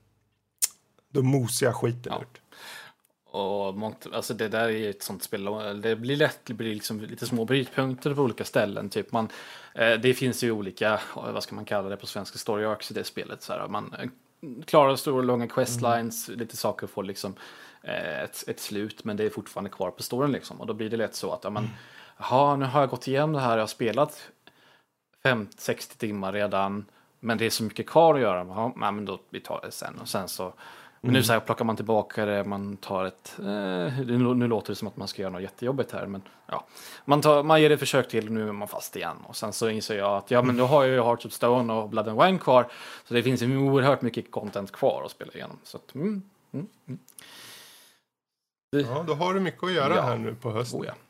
då mosade jag skiten ja. ut. Och mångt, alltså det där är ju ett sånt spel, det blir lätt, det blir liksom lite små brytpunkter på olika ställen. Typ man, eh, det finns ju olika, vad ska man kalla det på svenska, story arcs i det spelet. Så här, man klarar stora långa questlines, mm. lite saker får liksom eh, ett, ett slut, men det är fortfarande kvar på storyn liksom. Och då blir det lätt så att, ja, men, jaha, nu har jag gått igenom det här, jag har spelat femtio sextio timmar redan, men det är så mycket kvar att göra. Ja, men då vi tar det sen och sen så men nu så här plockar man tillbaka det, man tar ett eh, nu låter det som att man ska göra något jättejobbigt här, men ja, man tar man ger det ett försök till och nu är man fast igen och sen så inser jag att ja, men då har jag ju Hearts of Stone och Blood and Wine kvar, så det finns ju oerhört mycket content kvar att spela igenom, så att mm, mm, mm. Det, ja, då har du mycket att göra ja. här nu på hösten. Oh, ja.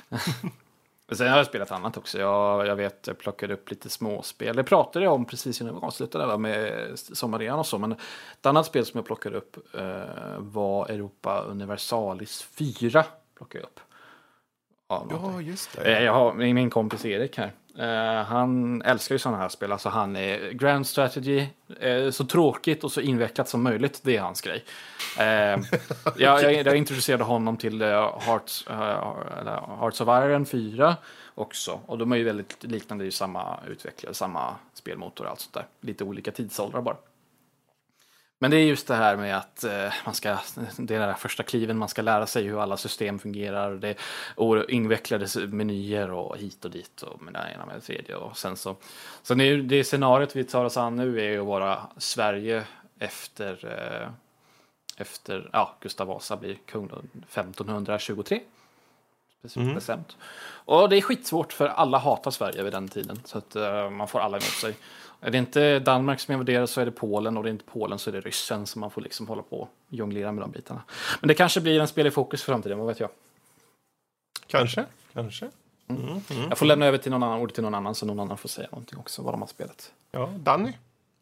Sen har jag spelat annat också. Jag, jag vet, jag plockade upp lite småspel. Det pratade jag om precis innan vi avslutade där med Sommaren och så. Men ett annat spel som jag plockade upp eh, var Europa Universalis fyra. Plockade jag upp. Ja, ja just det. Eh, jag har min kompis Erik här. Uh, han älskar ju sådana här spel. Alltså han är Grand Strategy, uh, så tråkigt och så invecklat som möjligt. Det är hans grej. Uh, jag, jag, jag introducerade honom till uh, Hearts, uh, Hearts of Iron fyra också. Och de är ju väldigt liknande, i samma utvecklare, samma spelmotor och allt sånt där. Lite olika tidsåldrar bara. Men det är just det här med att eh, man ska, det är den där första kliven, man ska lära sig hur alla system fungerar. Det är invecklade menyer och hit och dit och med det ena med det tredje. Och sen så, så det, det scenariot vi tar oss an nu är ju att vara Sverige efter, eh, efter ja, Gustav Vasa blir kung femton tjugotre. Mm. Bestämt. Och det är skitsvårt för alla hatar Sverige vid den tiden, så att uh, man får alla emot sig. Är det inte Danmark som invaderar så är det Polen, och det är inte Polen så är det Ryssen, så man får liksom hålla på och jonglera med de bitarna. Men det kanske blir en spel i fokus för framtiden, vad vet jag? Kanske, kanske. Mm. Mm. Jag får lämna över till någon annan, ord till någon annan, så någon annan får säga någonting också vad de har spelat. Ja, Danny?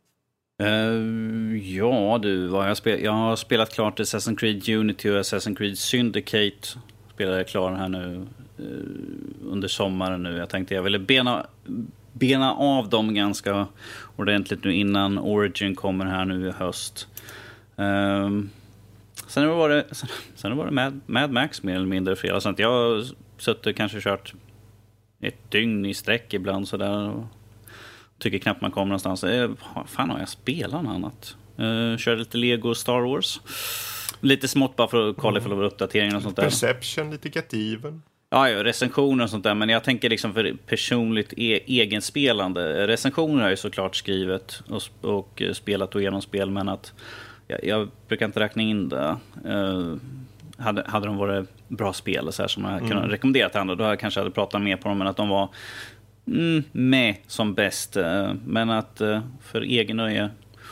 Uh, ja du, vad jag, spel- jag har spelat klart Assassin's Creed Unity och Assassin's Creed Syndicate. Spelade jag klar här nu uh, under sommaren nu. Jag tänkte jag ville bena, bena av dem ganska ordentligt nu innan Origin kommer här nu i höst. Uh, sen var det, sen, sen var det Mad, Mad Max mer eller mindre fredag. Så att jag har suttit kanske kört ett dygn i sträck ibland sådär. Tycker knappt man kommer någonstans. Eh, fan har jag spelat något annat? Eh, körde lite Lego Star Wars. Lite smått bara för att kolla för uppdateringar och sånt där. Perception, lite Get Even. Ja, ja, recensioner och sånt där. Men jag tänker liksom för personligt e- egenspelande. Recensioner har jag ju såklart skrivit och, och spelat och genom spel. Men att jag, jag brukar inte räkna in det. Eh, hade, hade de varit bra spel så här, som jag mm. kunde rekommendera till andra, då hade jag kanske hade pratat mer på dem. Men att de var Mm, med som bäst. Men att uh, för egen nöje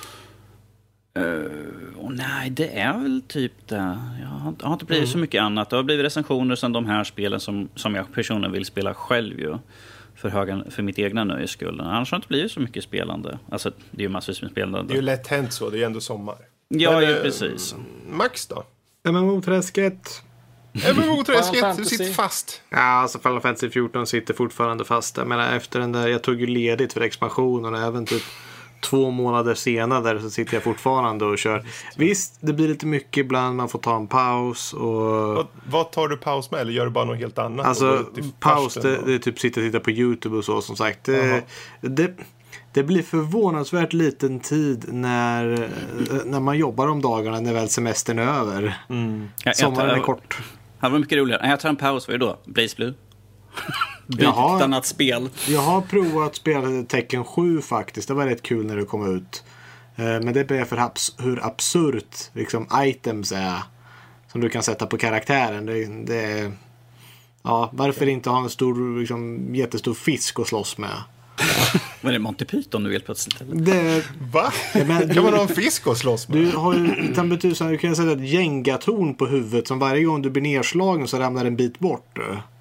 uh, oh, nej, det är väl typ det. Jag har, jag har inte blivit mm. så mycket annat. Det har blivit recensioner som de här spelen som, som jag personligen vill spela själv ju, för, höga, för mitt egna nöjes skull. Annars har det inte blivit så mycket spelande. Alltså det är ju massvis med spelande. Det är ju lätt hänt så, det är ändå sommar. Ja, men, ju precis. Max då? M M O-träsket. M M O-träsket, du sitter fast. Ja, alltså Final Fantasy fjorton sitter fortfarande fast. Jag menar, efter den där, jag tog ju ledigt för expansionen, och även typ två månader senare så sitter jag fortfarande och kör. Visst, det blir lite mycket ibland, man får ta en paus. Och... Vad, vad tar du paus med, eller gör du bara något helt annat? Alltså, paus, det, det är typ sitta och titta på YouTube och så, som sagt. Det, det, det blir förvånansvärt liten tid när, när man jobbar om dagarna, när väl semestern är över. Mm. Sommaren är kort. Det var mycket roligare. Jag tar en paus, vad är det då? Blaze Blue? Byt ett annat spel. Jag har provat att spela Tekken sju faktiskt. Det var rätt kul när det kom ut. Men det blev för abs- hur absurt liksom, items är som du kan sätta på karaktären. Det, det, ja, varför inte ha en stor, liksom, jättestor fisk att slåss med? Var det Monty Python du helt plötsligt? Eller? Det, Va? Men, kan man ha en fisk att slåss med? Du har ju tambetusan, du kan sätta ett gängatorn på huvudet som varje gång du blir nedslagen så ramlar en bit bort.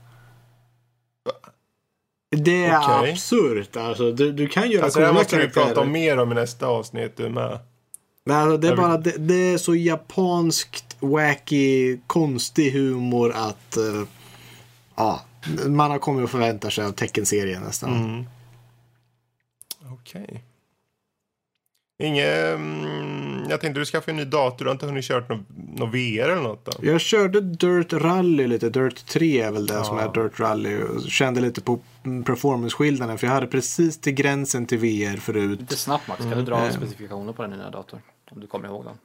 Det är okay. Absurt. Alltså, du, du kan göra alltså, det här måste vi prata om mer om i nästa avsnitt. Du med. Men alltså, det, är bara, det, det är så japanskt, wacky, konstig humor att uh, ja, man har kommit att förvänta sig av Tekken-serien nästan. Mm. Okej. Okay. Inge, mm, jag tänkte du skaffade en ny dator. Du har inte hunnit kört någon, någon V R eller något då? Jag körde Dirt Rally lite. Dirt tre är väl det ja. som är Dirt Rally. Och kände lite på performance-skillnaden. För jag hade precis till gränsen till V R förut. Lite snabbt Max, kan mm. du dra mm. specifikationer på den nya datorn? Om du kommer ihåg den.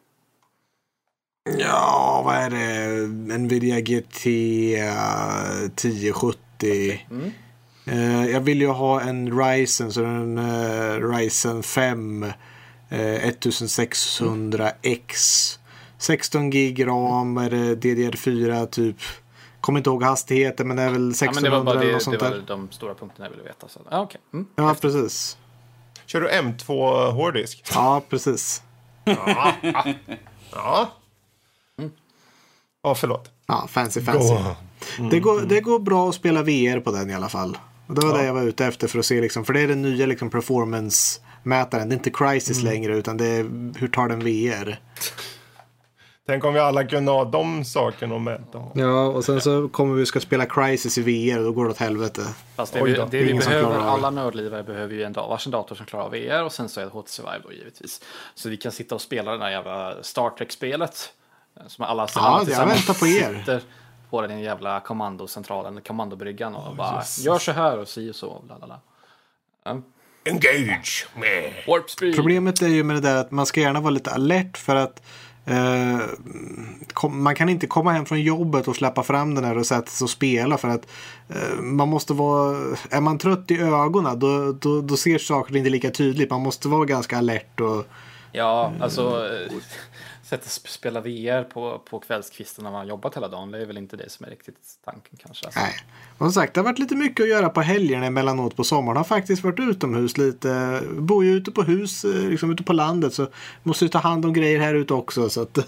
Ja, vad är det? Nvidia G T tio sjuttio. Mm. Uh, jag vill ju ha en Ryzen, så en uh, Ryzen fem uh, sexton hundra X. sexton gig ram, är det D D R fyra typ. Kommer inte ihåg hastigheten, men det är väl sextonhundra ja, men det var bara det, eller sånt det var där. De stora punkterna jag ville veta. Så. Ah, okay. mm. Ja, precis. Kör du M två hårddisk? Ja, precis. Ja. Ja. Ja, mm. oh, förlåt. Ja, fancy fancy. Mm. Det, går, det går bra att spela V R på den i alla fall. Och det var ja. det jag var ute efter för att se liksom, för det är den nya liksom, performance-mätaren. Det är inte Crysis mm. längre, utan det är hur tar den V R. Tänk om vi alla kunde ha de sakerna att mäta. Ja, och sen så kommer vi ska spela Crysis i V R och då går det åt helvete. Fast det, vi, det, det vi behöver, alla nördlivare behöver ju en varsin dator som klarar V R, och sen så är det H T C Vive då givetvis. Så vi kan sitta och spela den där jävla Star Trek-spelet som alla, ja, alla jag väntar på er. Sitter på den jävla kommandocentralen, kommandobryggan och oh, bara Jesus. Gör så här och si och så. Lalala. Ja. Engage! Warp speed. Problemet är ju med det där att man ska gärna vara lite alert, för att eh, kom, man kan inte komma hem från jobbet och släppa fram den här och sätta sig och spela, för att eh, man måste vara, är man trött i ögonen då, då, då ser saker inte lika tydligt. Man måste vara ganska alert och ja, alltså sätta spela V R på, på kvällskvisten när man har jobbat hela dagen. Det är väl inte det som är riktigt tanken kanske. Alltså. Nej. Och som sagt, det har varit lite mycket att göra på helgerna emellanåt på sommaren. Har faktiskt varit utomhus lite. Bor ju ute på hus, liksom ute på landet, så måste ju ta hand om grejer här ute också. Så att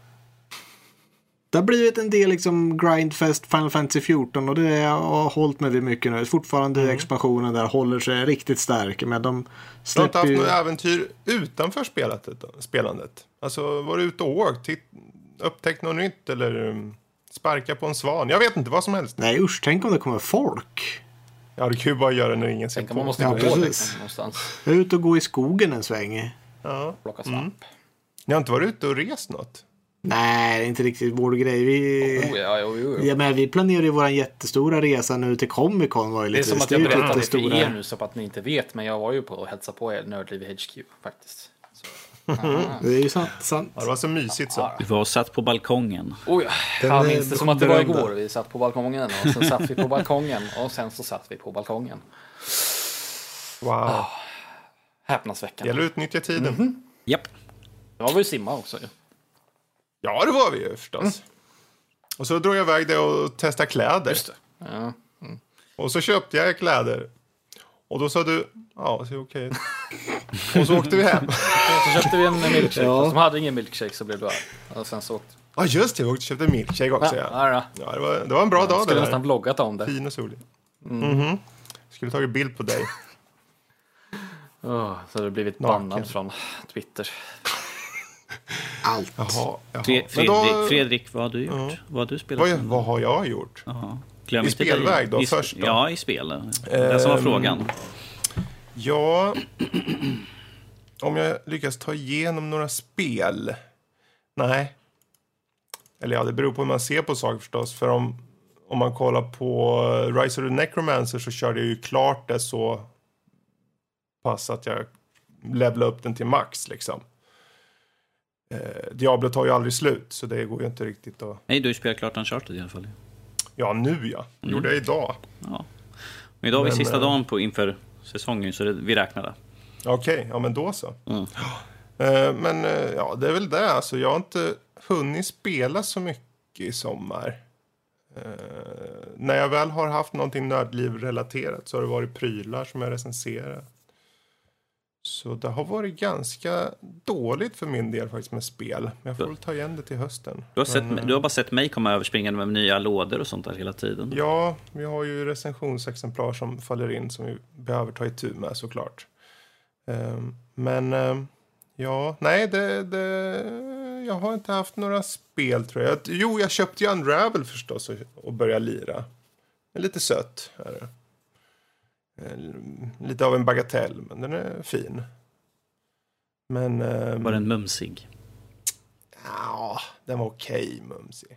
det har blivit en del liksom Grindfest Final Fantasy fjorton och det har hållit mig vid mycket nu. Fortfarande mm. expansionen där håller sig riktigt stark. Men de släpper du har inte haft ju... något äventyr utanför spelat, spelandet? Alltså var du ute och åkt, upptäckt något nytt eller um, sparka på en svan? Jag vet inte, vad som helst. Nej usch, tänk om det kommer folk. Ja, det kan ju bara göra när ingen ser tänk på. om man måste ja, gå precis. liksom, någonstans. Jag är ute och gå i skogen en sväng. Ja. Plocka svamp. Mm. Ni har inte varit ute och rest något? Nej, det är inte riktigt vår grej. Vi, oh, ja, jo, jo, jo. Ja, men vi planerar ju vår jättestora resa nu till Comic Con. Var ju det är lite, som att jag berättade det för stora... er nu så att ni inte vet, men jag var ju på och hälsade på er Nördliv H Q faktiskt. Så. Det är ju sant. sant. Ja, det var så mysigt så. Vi var och satt på balkongen. Oh, ja. Den Jag minns det som att det var berömda. igår. Vi satt på balkongen och sen satt vi på balkongen och sen så satt vi på balkongen. Wow. Oh, häpnadsväckande. Gäller att utnyttja tiden. Mm-hmm. Japp. Det var väl simma också ju. Ja, det var vi ju förstås. Mm. Och så drog jag iväg det och testade kläder. Just det. Ja. Mm. Och så köpte jag kläder. Och då sa du, ja, det ser okej ut. Och så åkte vi hem. Så köpte vi en milkshake. Ja. Som hade ingen milkshake så blev det arg. Och sen så åkte... Ja, just det. Vi åkte och köpte en milkshake också. Ja, Ja, ja. ja det, var, det var en bra Jag dag det skulle där. nästan vloggat om det. Fin och solig. Mm. Mm-hmm. Skulle tagit bild på dig. Oh, så hade det blivit Naken. bannad från Twitter. Allt. Jaha, jaha. Fre- Fredrik, då, Fredrik, vad har du gjort? Ja. Vad har du spelat? vad, vad har jag gjort? Jaha. Glöm I inte spelväg dig. då, I, först då? Ja, i spel. Det som var Ehm, frågan. Ja, om jag lyckas ta igenom några spel? Nej. Eller ja, det beror på hur man ser på saker förstås. För om, om man kollar på Rise of the Necromancer så körde jag ju klart det så pass att jag levlade upp den till max liksom. Eh, Diablo tar ju aldrig slut så det går ju inte riktigt att... Nej, du har ju spelat klart Uncharted i alla fall. Ja, nu ja. Det gjorde jag idag. Ja. Men idag är vi Men, sista eh, dagen på inför säsongen så det, vi räknar det. Okej, okay, ja men då så. Mm. Eh, men eh, ja, det är väl det. Alltså, jag har inte hunnit spela så mycket i sommar. Eh, när jag väl har haft någonting nördliv-relaterat så har det varit prylar som jag recenserar. Så det har varit ganska dåligt för min del faktiskt med spel. Men jag får väl ta igen det till hösten. Du har, sett, Men, du har bara sett mig komma överspringande med nya lådor och sånt där hela tiden. Ja, vi har ju recensionsexemplar som faller in som vi behöver ta itu med såklart. Um, men um, ja, nej, det, det, jag har inte haft några spel tror jag. Jo, jag köpte ju Unravel förstås och, och började lira. Det är lite sött. Är det. Lite av en bagatell, men den är fin. Men... Um, Var den mumsig? Ja, den var okej mumsig.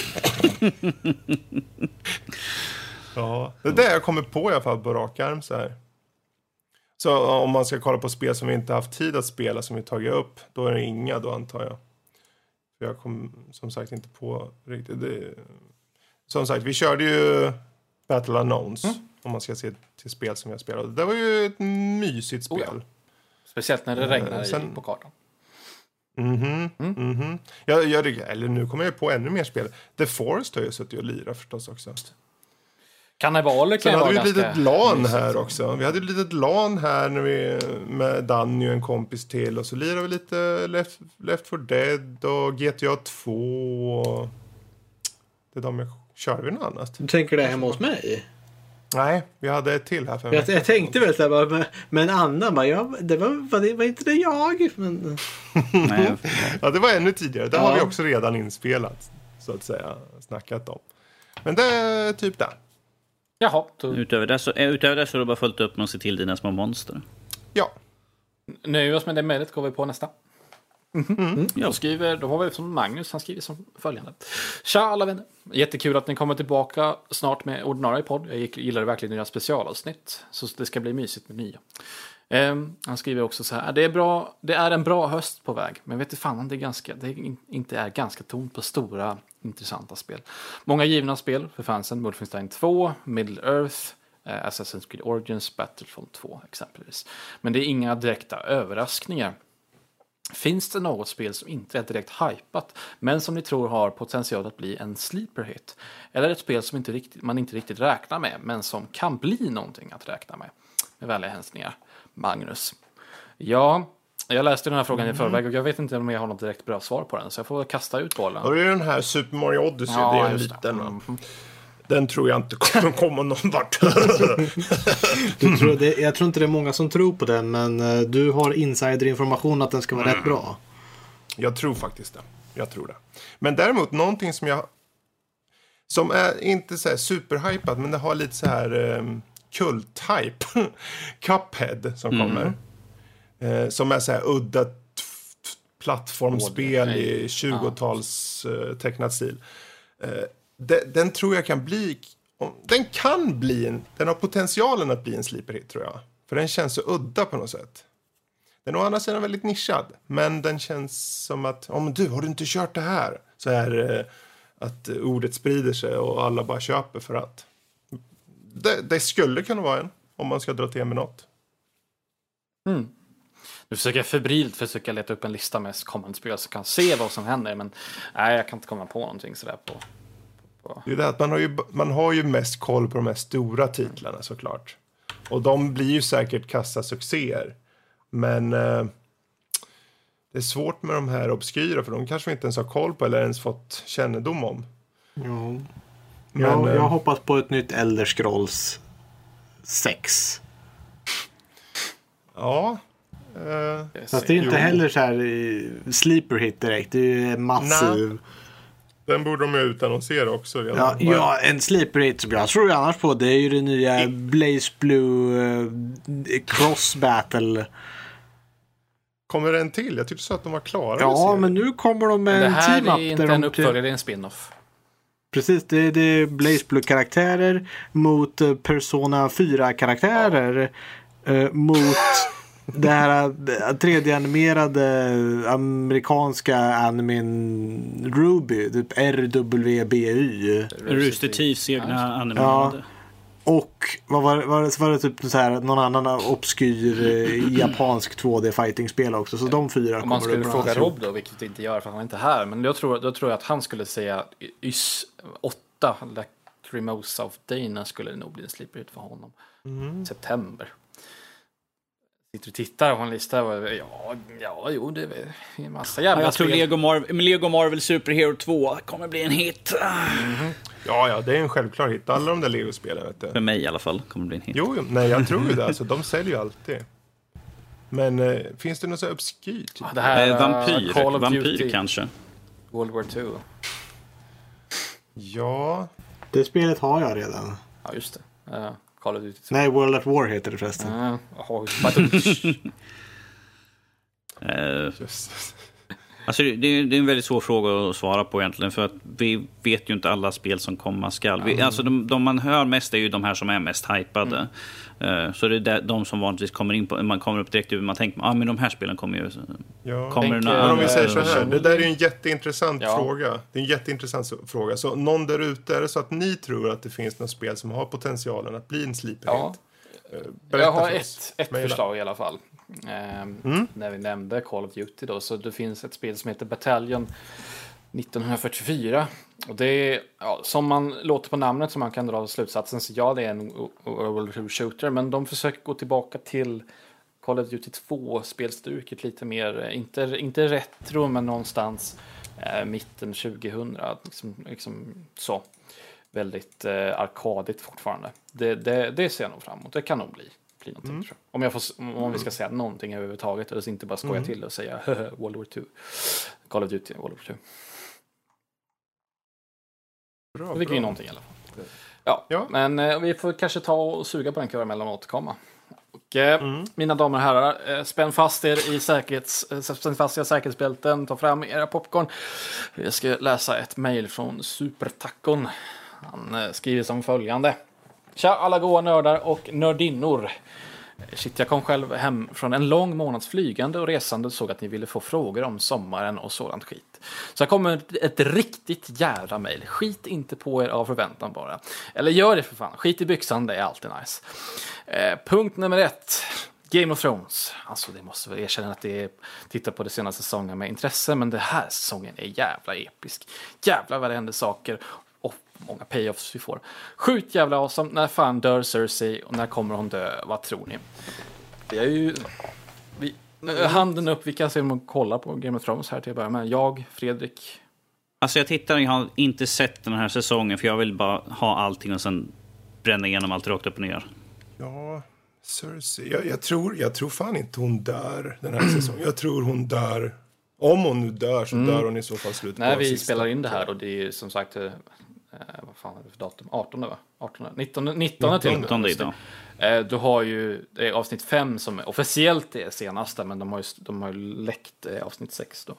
Ja, det är det jag kommer på i alla fall på rak arm så här. Så om man ska kolla på spel som vi inte haft tid att spela som vi tagit upp, då är det inga då antar jag. För jag kom som sagt inte på riktigt. Det, som sagt, vi körde ju Battle Unknowns mm. om man ska se till spel som jag spelade. Det var ju ett mysigt spel. Oh ja. Speciellt när det regnar Sen, på kartan. Mhm, mm mhm. Jag, jag, eller nu kommer jag på ännu mer spel. The Forest har jag suttit och lira förstås också. Kannibaler kan Sen ju hade vara vi ett ganska... litet LAN mysigt. här också. Vi hade ett litet LAN här när vi, med Danny och en kompis till. Och så lirade vi lite Left, Left four Dead och G T A två. Det är de jag kör vi något annat. Du tänker det hemma hos mig? Nej, vi hade ett till här för Jag, jag tänkte väl så här, med, med en annan. Bara, ja, det var, var, det, var inte det jag? Men... Nej, ja, det var ännu tidigare. Det ja. har vi också redan inspelat. Så att säga, snackat om. Men det är typ det. Jaha. Då... Utöver det så, utöver det så har du bara följt upp med att se till dina små monster. Ja. Nöjer vi oss med det mejlet går vi på nästa. Mm-hmm. Mm. Då, skriver, då har vi som Magnus, han skriver som följande. Tja alla vänner, jättekul att ni kommer tillbaka snart med ordinarie podd. Jag gillar verkligen era specialavsnitt, så det ska bli mysigt med nya. Um, han skriver också så här, det är, bra, det är en bra höst på väg, men vet du fan om det, är ganska, det inte är ganska tomt på stora intressanta spel. Många givna spel för fansen, Wolfenstein två, Middle Earth, uh, Assassin's Creed Origins, Battlefront två exempelvis. Men det är inga direkta överraskningar. Finns det något spel som inte är direkt hypat men som ni tror har potential att bli en sleeper hit? Eller ett spel som inte riktigt, man inte riktigt räknar med men som kan bli någonting att räkna med? Med vänliga hälsningar, Magnus. Ja, jag läste den här frågan mm. i förväg och jag vet inte om jag har något direkt bra svar på den så jag får kasta ut bollen. Och det är den här Super Mario Odyssey, ja, det är en liten. Mm. Den tror jag inte kommer komma någon vart. du tror det, jag tror inte det är många som tror på den, men du har insiderinformation att den ska vara mm. rätt bra. Jag tror faktiskt det. Jag tror det. Men däremot någonting som jag som är inte så här superhypat, men det har lite så här um, kult-hype. Cuphead som mm. kommer. Uh, som är så här udda t- t- plattformspel oh, i tjugotals uh, tecknad stil. Uh, Den, den tror jag kan bli. Den kan bli en. Den har potentialen att bli en sleeper hit, tror jag. För den känns så udda på något sätt. Den är å andra sidan väldigt nischad. Men den känns som att. Ja, men du, har du inte kört det här? Så här. Att ordet sprider sig och alla bara köper för att. Det, det skulle kunna vara en. Om man ska dra till med något. Mm. Nu försöker jag febrilt försöka leta upp en lista med kommande spel så jag kan se vad som händer. Men nej, jag kan inte komma på någonting sådär på. Det är det att man har, ju, man har ju mest koll på de här stora titlarna såklart. Och de blir ju säkert kassasuccéer. Men eh, det är svårt med de här obskyra för de kanske vi inte ens har koll på eller ens fått kännedom om. Ja. Men, jag, eh, jag hoppas på ett nytt Elder Scrolls sex. Ja. Eh, Fast det är inte jo. heller så här eh, sleeper hit direkt. Det är massiv... Nej. Den borde de ju utannonsera också. Redan. Ja, ja, en sleeper hit som jag tror annars på det är ju det nya Blaze Blue uh, Cross Battle. Kommer den till? Jag tyckte så att de var klara. Ja, men nu kommer de med en team-up. Det här är inte en uppföljare, det är en spin-off. Precis, det är, det är Blaze Blue-karaktärer mot uh, Persona fyra-karaktärer ja. uh, mot... Det här tredje animerade amerikanska animen Ruby, typ R W B Y. Rooster Teeths egna animerade. Ja. Och vad var, var, det, var det typ så här, någon annan obskyr eh, japansk två D fighting-spel också. Så de fyra om man skulle fråga Rob då, vilket det inte gör för han är inte här. Men jag tror, då tror jag att han skulle säga Ys åtta, Lacrimosa of Dana skulle nog bli en sleeper ut för honom. Mm. September. Sitter och tittar på en lista och ja, ja, jo, det är en massa jävla ja, jag tror spel. Lego Marvel, Lego Marvel Superhero två kommer bli en hit. Mm-hmm. Ja, ja, det är en självklar hit. Alla de där Lego-spelen, vet du. För mig i alla fall kommer det bli en hit. Jo, jo nej, jag tror ju det. Alltså, de säljer ju alltid. Men äh, finns det något så obskyrt? Typ? Ja, det här, äh, vampyr, Call of vampyr Duty. Kanske. World War two. Ja. Det spelet har jag redan. Ja, just det. Uh. Call of Duty. Nej, World at War heter det förresten. Uh, oh, uh, alltså det, det är en väldigt svår fråga att svara på egentligen. För att vi vet ju inte alla spel som komma skall. Vi, mm. Alltså de, de man hör mest är ju de här som är mest hypade. Mm. Uh, så det är där, de som vanligtvis kommer in på. Man kommer upp direkt över. Man tänker, ja ah, men de här spelen kommer ju. Ja. Kommer Tänk, några, om vi säger så här. Det där är ju en jätteintressant ja. fråga. Det är en jätteintressant fråga. Så någon där ute, är det så att ni tror att det finns något spel som har potentialen att bli en sleeper ja. Berätta jag har ett, ett förslag i alla fall. Um, mm. När vi nämnde Call of Duty då. Så det finns ett spel som heter Battalion nittonhundrafyrtiofyra. Och det är, ja, som man låter på namnet som man kan dra slutsatsen. Så ja, det är en World War shooter. Men de försöker gå tillbaka till Call of Duty två-spelstuket lite mer. Inte, inte retro, men någonstans eh, mitten tjugohundra. Liksom, liksom så. Väldigt eh, arkadigt fortfarande. Det, det, det ser jag nog fram emot. Det kan nog bli, bli någonting, mm. tror jag. Om, jag får, om vi ska säga någonting överhuvudtaget. Eller så inte bara skoja mm. till och säga World War two. Call of Duty World War two. Bra, det fick vi någonting i alla fall. Ja, ja. Men eh, vi får kanske ta och suga på den karamellen och återkomma. Och, eh, mm. Mina damer och herrar, eh, spänn fast er i säkerhets, eh, spänn fast er säkerhetsbälten. Ta fram era popcorn. Jag ska läsa ett mejl från Supertacon. Han eh, skriver som följande. Tja alla goa nördar och nördinnor. Shit, jag kom själv hem från en lång månads flygande och resande och såg att ni ville få frågor om sommaren och sådant skit. Så jag kommer ett, ett riktigt jävla mejl. Skit inte på er av förväntan bara. Eller gör det för fan. Skit i byxan, det är alltid nice. Eh, punkt nummer ett. Game of Thrones. Alltså det måste väl erkänna att det är, titta på det senaste säsongen med intresse, men det här säsongen är jävla episk. Jävla vad det händer saker och många payoffs vi får. Sjukt jävla awesome. När fan dör Cersei och när kommer hon dö? Vad tror ni? Vi är ju vi, handen upp, vilka ser man kolla på Game of Thrones här till att börja med? Jag, Fredrik. Alltså jag tittar, jag har inte sett den här säsongen för jag vill bara ha allting och sen bränna igenom allt rakt upp och ner. Ja, Cersei. Jag, jag, tror, jag tror fan inte hon dör den här säsongen. Jag tror hon dör. Om hon nu dör så mm. dör hon i så fall slut på när vi sista. spelar in det här och det är som sagt eh, vad fan är det för datum? artonde va? artonde, nittonde, nittonde till nittonde idag. Eh, du har ju det är avsnitt fem som är officiellt är senaste, men de har ju, de har ju läckt eh, avsnitt sex då.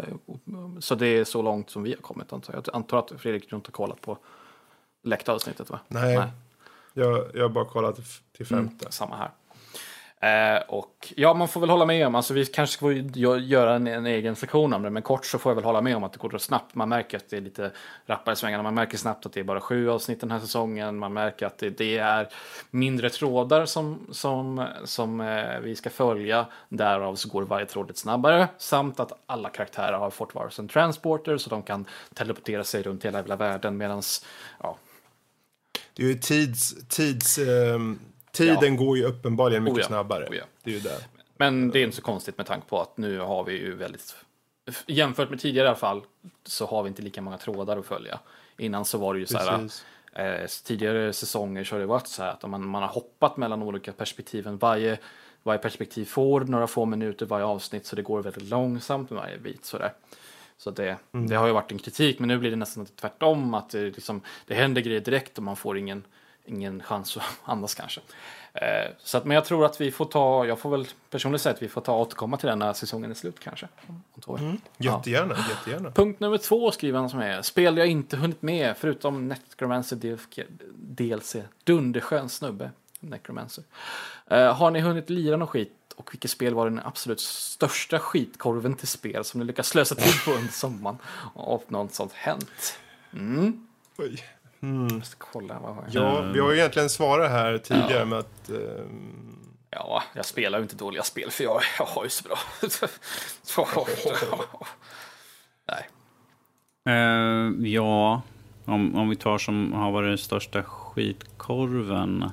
Så det är så långt som vi har kommit antar jag. Jag antar att Fredrik inte har kollat på läckta avsnittet va? Nej, Nej. Jag, jag har bara kollat till femte. Mm, samma här. Eh, och ja, man får väl hålla med om, alltså vi kanske får göra en, en egen sektion om det, men kort så får jag väl hålla med om att det går snabbt. Man märker att det är lite rappare i svängarna, man märker snabbt att det är bara sju avsnitt den här säsongen, man märker att det, det är mindre trådar som, som, som eh, vi ska följa, därav så går varje tråd lite snabbare, samt att alla karaktärer har fått vara som transporter så de kan teleportera sig runt hela jävla världen medans, ja. Det är ju tids... tids um... Tiden ja. går ju uppenbarligen mycket oh ja. snabbare. Oh ja. Det är ju där. Men det är inte så konstigt med tanke på att nu har vi ju väldigt... Jämfört med tidigare i alla fall så har vi inte lika många trådar att följa. Innan så var det ju så här... Eh, tidigare säsonger så har det varit så här att man, man har hoppat mellan olika perspektiven. Varje, varje perspektiv får några få minuter varje avsnitt så det går väldigt långsamt med varje bit. Så, där. så det, mm. det har ju varit en kritik, men nu blir det nästan tvärtom. Att det, liksom, det händer grejer direkt och man får ingen... ingen chans att andas kanske. Eh, så att, men jag tror att vi får ta, jag får väl personligt säga att vi får ta och återkomma till den när säsongen är slut kanske. Om mm, jättegärna, ja. jättegärna. Punkt nummer två skriver han som är, spel jag inte hunnit med förutom Necromancer D L C. Dunderskön snubbe, Necromancer. Eh, har ni hunnit lira någon skit och vilket spel var den absolut största skitkorven till spel som ni lyckas slösa till på under sommaren och något sånt hänt? Mm. Oj. Mm. Kolla, vad har jag? Ja, vi har ju egentligen svarat här tidigare ja. med att... Um... Ja, jag spelar ju inte dåliga spel för jag, jag har ju så bra. Nej. Uh, ja, om, om vi tar som har varit den största skitkorven.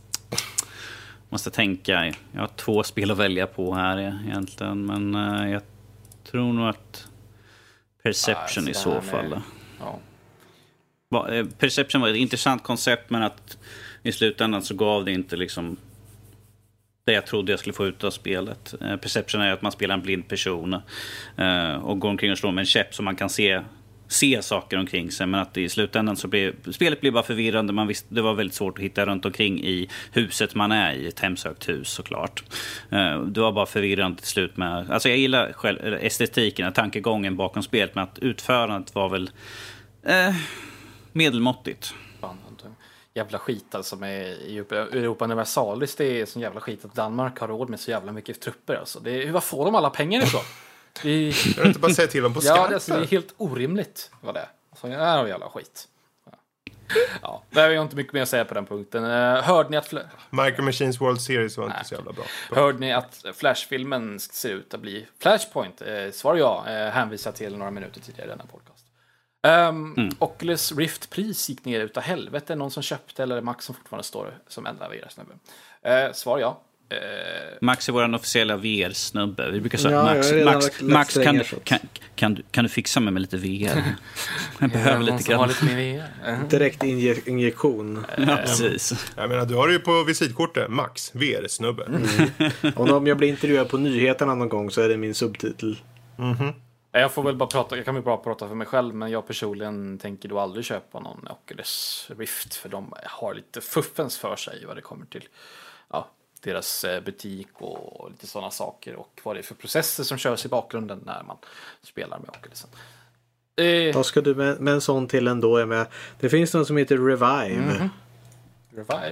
Måste tänka, jag har två spel att välja på här egentligen. Men uh, jag tror nog att Perception ah, i så fall. Är... Ja. Perception var ett intressant koncept, men att i slutändan så gav det inte liksom det jag trodde jag skulle få ut av spelet. Perception är att man spelar en blind person och går omkring och slår med en käpp så man kan se, se saker omkring sig, men att i slutändan så blev spelet blev bara förvirrande. Man visste, det var väldigt svårt att hitta runt omkring i huset man är i, ett hemsökt hus såklart. Det var bara förvirrande till slut med, alltså jag gillar själv estetiken, tankegången bakom spelet, men att utförandet var väl eh, medelmåttigt. Jävla skit alltså med Europa Universalis. Det är sån jävla skit att Danmark har råd med så jävla mycket trupper alltså. Det är, vad får de alla pengar ifrån? Det är... Jag inte bara säga till dem på Skype. Ja, det är, alltså, det är helt orimligt vad det är. Så det är jävla skit. Ja. Ja, det har jag inte mycket mer att säga på den punkten. Hörde ni att... Fl- Micro Machines World Series var inte Nej. så jävla bra. Hörde ni att Flash-filmen ser ut att bli Flashpoint? Eh, svar jag. Eh, hänvisar till några minuter tidigare i denna podcast. Um, mm. Oculus Rift-pris gick ner utav helvete. Någon som köpte eller Max som fortfarande står som enda V R-snubbe? Uh, svar ja. Uh, Max är vår officiella V R-snubbe. Vi brukar säga ja, Max, Max, Max kan, du, kan, kan, du, kan du fixa mig med lite V R? Jag behöver ja, lite grann. Lite mer V R. Uh-huh. Direkt inje- injektion. Ja, precis. Jag menar, du har ju på visitkortet Max, V R-snubbe. Mm. Och om jag blir intervjuad på nyheterna någon gång så är det min subtitel. Mhm. Jag får väl bara prata, jag kan väl bara prata för mig själv, men jag personligen tänker då aldrig köpa någon Oculus Rift, för de har lite fuffens för sig vad det kommer till ja, deras butik och lite sådana saker och vad det är för processer som körs i bakgrunden när man spelar med Oculusen. Eh. Vad ska du med, med en sån till ändå är med? Det finns någon som heter Revive. Mm-hmm. Revive?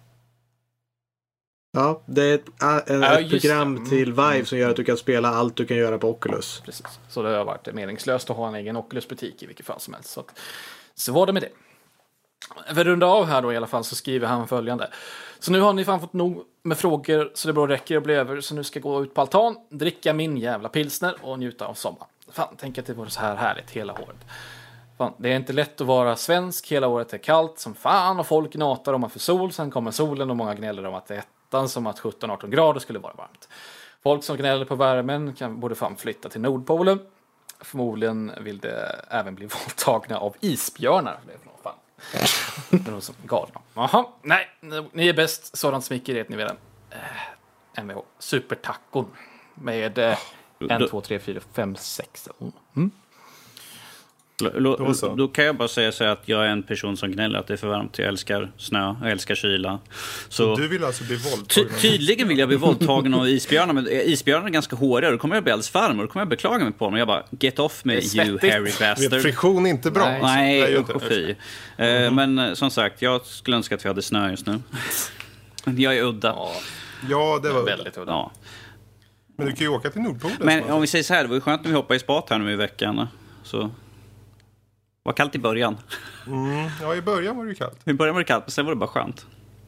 Ja, det är ett, ett, ja, ett program mm. till Vive som gör att du kan spela allt du kan göra på Oculus. Precis. Så det har varit meningslöst att ha en egen Oculus-butik i vilket fall som helst. Så, att, så var det med det. För att runda av här då i alla fall så skriver han följande. Så nu har ni fan fått nog med frågor så det bra räcker att bli över. Så nu ska jag gå ut på altan, dricka min jävla pilsner och njuta av sommar. Fan, tänk att det vore så här härligt hela året. Fan, det är inte lätt att vara svensk. Hela året är kallt som fan och folk natar om att för sol. Sen kommer solen och många gnäller om att det är ettan som att sjutton arton grader skulle vara varmt. Folk som gnäller på värmen kan borde fan flytta till Nordpolen. Förmodligen vill det även bli våldtagna av isbjörnar. Det är för någon fan. Det är nog som galna. Jaha, nej, ni är bäst. Sådant smicker vet ni väl. Eh, M V H. Supertacon. Med eh, en, två, tre, fyra, fem, sex. Mm. L- l- då kan jag bara säga så att jag är en person som gnäller att det är för varmt. Jag älskar snö, jag älskar kyla. Så du vill alltså bli våldtagen? Ty- tydligen vill jag bli våldtagen av isbjörnar. Men isbjörnar är ganska håriga. Då kommer jag bli alldeles varm och då kommer jag beklaga mig på dem. Jag bara, get off me you Harry bastard. Friktion är inte bra. Nej, Nej usch och fy. Mm. Men som sagt, jag skulle önska att vi hade snö just nu. Jag är udda. Ja, ja det var väldigt udda. Ja. Men du kan ju åka till Nordpolen. Men om vi säger så här, det var ju skönt när vi hoppade i spat här nu i veckan. Så... var kallt i början. Mm, ja, i början var det ju kallt. I början var det kallt, men sen var det bara skönt.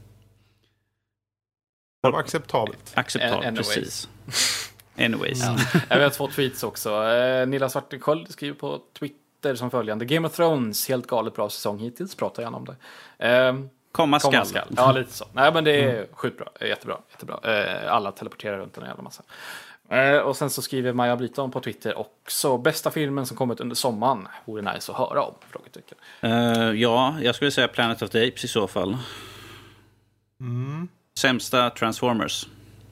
Det var acceptabelt. Acceptabelt, Anyways. precis. Anyways. Ja. Jag vet två tweets också. Eh, Nilla Svartesköld skriver på Twitter som följande. Game of Thrones, helt galet bra säsong hittills. Pratar gärna om det. Eh, Komma skall. Komma skall. Ja, lite så. Nej, men det är mm. sjukt bra. Jättebra. Jättebra. Eh, alla teleporterar runt en jävla massa. Eh, och sen så skriver Maja Bryton på Twitter också. Bästa filmen som kommit under sommaren. Vore nice att höra om. Frågetecken. Uh, ja, jag skulle säga Planet of the Apes i så fall. Mm. Sämsta Transformers.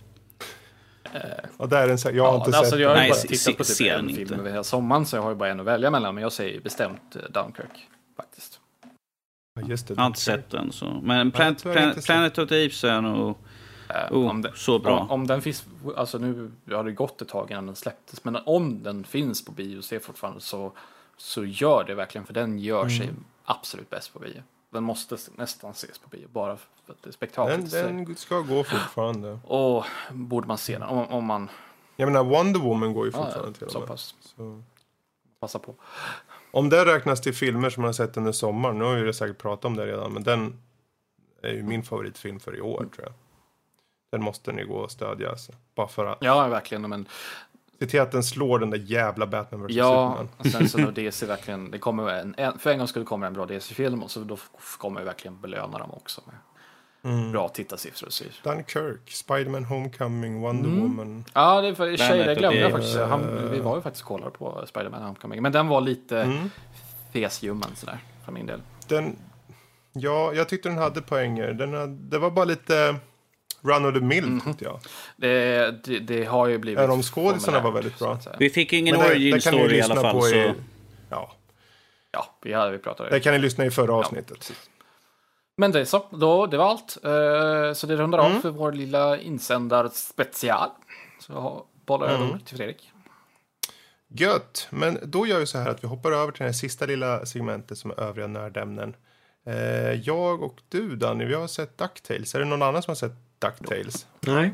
Uh, ja, där är en, jag har ja, inte alltså, sett jag har Nej, bara tittat se, på typ se, en se film över hela sommaren. Så jag har ju bara en att välja mellan. Men jag säger bestämt Dunkirk. Faktiskt. Ja, just det, jag har inte sett den. Så. Men Planet, ja, Planet, Planet of the Apes är nog... Uh, oh, om det, så bra. Om, om den finns, alltså nu har det gått ett tag innan den släpptes, men om den finns på bio så, fortfarande, så, så gör det verkligen, för den gör mm. sig absolut bäst på bio. Den måste nästan ses på bio, bara för att det är spektaklet. Den, den ska gå fortfarande. Och borde man se den, om, om man... Jag menar, Wonder Woman går ju fortfarande ja, till så pass. Så. Passa på. Om det räknas till filmer som man har sett under sommaren, nu har jag säkert pratat om det redan, men den är ju min favoritfilm för i år, tror jag. Den måste ni gå och stödja. Alltså. Bara för att... Ja, verkligen. Men... se till att den slår den där jävla Batman versus ja, Superman. Ja, sen så då D C verkligen... Det kommer en, för en gång skulle det komma en bra D C-film och så då kommer vi verkligen belöna dem också med mm. bra tittarsiffror. Dunkirk, Spider-Man Homecoming, Wonder mm. Woman. Ja, det är för tjej, det glömde jag faktiskt. Han, vi var ju faktiskt kollade på Spider-Man Homecoming. Men den var lite mm. fesljummen sådär, för min del. Den... Ja, jag tyckte den hade poänger. Den hade, det var bara lite... run of the mill, mm. tyckte jag. Det, det, det har ju blivit... Ja, de skådisarna var väldigt bra. Vi fick ingen origin story i alla fall. Så... I, ja. Ja, vi, hade, vi pratade. Det kan ni lyssna i förra avsnittet. Ja, men det är så. Då, det var allt. Uh, så det rundar mm. av för vår lilla insändarspecial. Så bollar jag mm. över till Fredrik. Gött. Men då gör vi så här att vi hoppar över till det sista lilla segmentet som är övriga nördämnen. Uh, jag och du, Danny, vi har sett DuckTales. Är det någon annan som har sett DuckTales? Nej.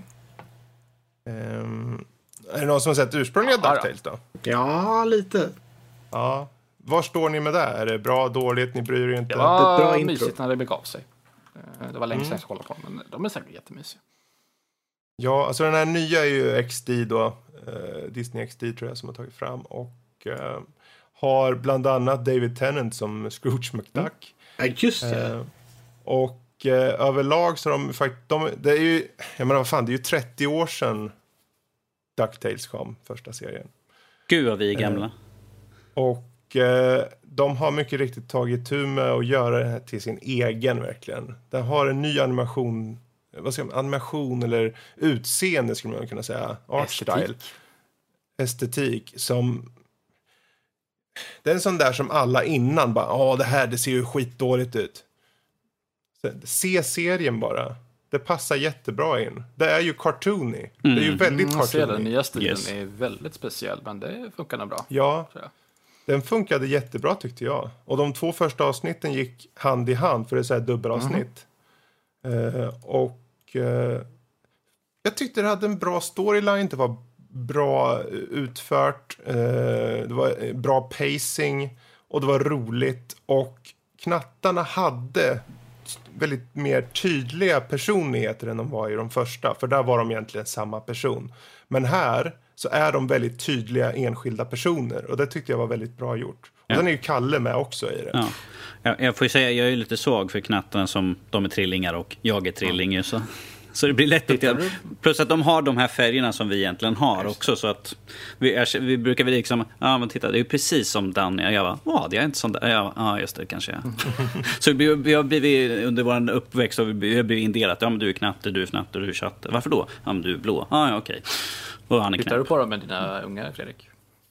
Um, är det någon som har sett ursprungliga ja, DuckTales då? Ja, lite. Ja. Var står ni med det? Är det bra, dåligt? Ni bryr er inte? Det var det bra intro. Mysigt när det begav sig. Det var länge sedan mm. jag kollade på, men de är säkert jättemysiga. Ja, alltså den här nya är ju X D då. Eh, Disney X D tror jag som har tagit fram. Och eh, har bland annat David Tennant som Scrooge McDuck. Ja, mm. just det. Eh, och eh, överlag så de faktiskt... De, det är ju, jag menar vad fan, det är ju trettio år sedan DuckTales kom, första serien. Gud vad vi är gamla. Eh, och de har mycket riktigt tagit tur med att göra det här till sin egen verkligen. Den har en ny animation, vad ska man, animation eller utseende skulle man kunna säga. Art style. Estetik som det är en sån där som alla innan bara, ja det här det ser ju skitdåligt ut. Så, se serien bara. Det passar jättebra in. Det är ju cartoony. Mm. Det är ju väldigt mm, cartoony. Den nya stilen yes. är väldigt speciell, men det funkar nog bra. Ja. Den funkade jättebra tyckte jag. Och de två första avsnitten gick hand i hand. För det är så här dubbelavsnitt. Mm. Uh, och uh, jag tyckte det hade en bra storyline. Det var bra utfört. Uh, det var bra pacing. Och det var roligt. Och knattarna hade väldigt mer tydliga personligheter än de var i de första. För där var de egentligen samma person. Men här så är de väldigt tydliga enskilda personer. Och det tyckte jag var väldigt bra gjort. Och ja. Sen är ju Kalle med också i det. Ja. Jag, jag får ju säga, jag är lite svag för knattarna som de är trillingar och jag är trilling ju, så... Så det blir lätt att jag, plus att de har de här färgerna som vi egentligen har också, så att vi, är, vi brukar väl liksom, ja men titta, det är ju precis som Danny. Jag bara, vad, det är inte sånt där. Ja, ja just det, kanske jag. Så vi, vi har blivit, under vår uppväxt har vi blivit indelat. Ja men du är knatte, du är fnatte, du är chatte. Varför då? Ja men du är blå. Ja, ja okej. Och han är knäpp. Tittar du på dem med dina unga, Fredrik?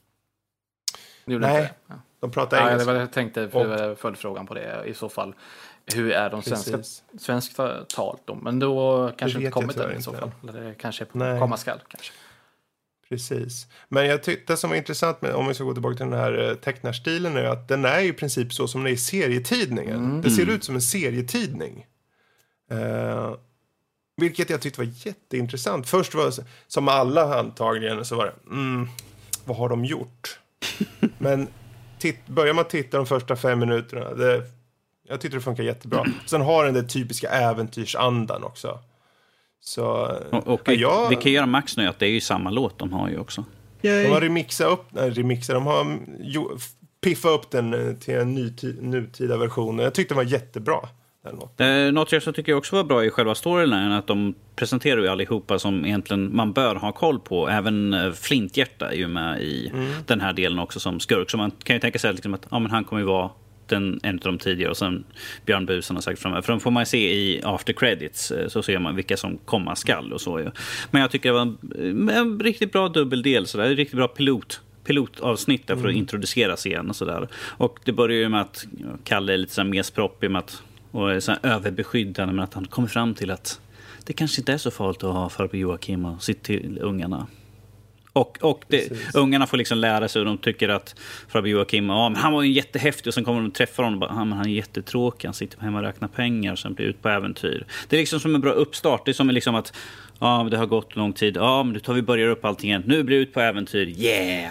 Nej, ja. De pratar engelska. engelska. Ja, det var jag tänkte, för följdfrågan på det i så fall. Hur är de svenska, svenska tal då? Men då kanske inte kommit där i så fall. Eller det kanske komma skall kanske. Precis. Men jag tyckte det som var intressant med, om vi ska gå tillbaka till den här tecknarstilen, är att den är i princip så som det är i serietidningen. Mm. Det ser ut som en serietidning. Uh, vilket jag tyckte var jätteintressant. Först var det, som alla antagligen, så var det, mm, vad har de gjort? Men titt, börjar man titta de första fem minuterna, det jag tycker det funkar jättebra. Sen har den den typiska äventyrsandan också. Så, och och vi, jag, vi kan göra max nu att det är ju samma låt de har ju också. De har remixat upp, nej, remixat, de har jo, piffat upp den till en ny, nutida version. Jag tyckte den var jättebra. Eh, något jag så tycker jag också var bra i själva storylinen, att de presenterar ju allihopa som egentligen man bör ha koll på. Även Flinthjärta är ju med i mm. den här delen också som skurk. Så man kan ju tänka sig liksom att ja, men han kommer ju vara den, en av de tidigare, och sen Björn Busen har sagt framöver. För de får man se i after credits, så ser man vilka som komma skall och så ju. Men jag tycker det var en, en riktigt bra dubbeldel, så där, en riktigt bra pilot pilotavsnitt där för att mm. introduceras igen och sådär. Och det börjar ju med att Kalle är lite så här mer sproppig med att, och är så här överbeskyddande, men att han kommer fram till att det kanske inte är så farligt att ha farbror Joakim och sitt till ungarna. Och, och det, ungarna får liksom lära sig, och de tycker att farbror Joakim, ja, men han var ju jättehäftig, och sen kommer de träffa honom och bara, ja, men han är jättetråkig, han sitter hemma och räknar pengar och sen blir ut på äventyr. Det är liksom som en bra uppstart. Det är som liksom att ja, det har gått lång tid, ja men nu tar vi börjar upp allting igen, nu blir det ut på äventyr, yeah!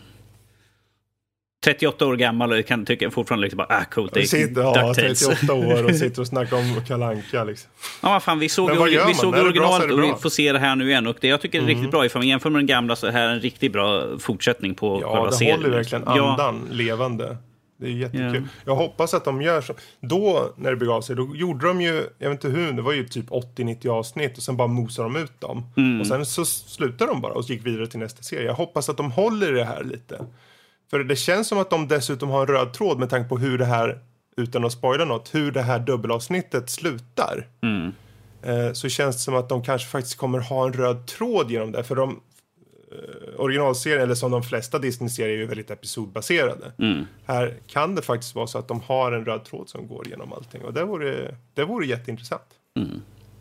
trettioåtta år gammal och kan tycka fortfarande liksom bara, ah coolt, det är sitter, ja, trettioåtta år och sitter och snackar om Kalle Anka liksom. Ja, vad fan, vi såg, vi, vi såg originalet och vi får se det här nu igen, och det jag tycker är mm. riktigt bra, ifall man jämför med den gamla, så här är en riktigt bra fortsättning på ja, själva det serien. håller verkligen andan ja. levande. Det är jättekul. Yeah. Jag hoppas att de gör så. Då, när det begav sig, då gjorde de ju, jag vet inte hur, det var ju typ åttio nittio avsnitt, och sen bara mosade de ut dem. Mm. Och sen så slutade de bara och gick vidare till nästa serie. Jag hoppas att de håller det här lite. För det känns som att de dessutom har en röd tråd med tanke på hur det här, utan att spoila något, hur det här dubbelavsnittet slutar. Mm. Eh, så känns det som att de kanske faktiskt kommer ha en röd tråd genom det. För de eh, originalserien, eller som de flesta Disney-serier, är ju väldigt episodbaserade. Mm. Här kan det faktiskt vara så att de har en röd tråd som går genom allting. Och det vore, det vore jätteintressant. Mm.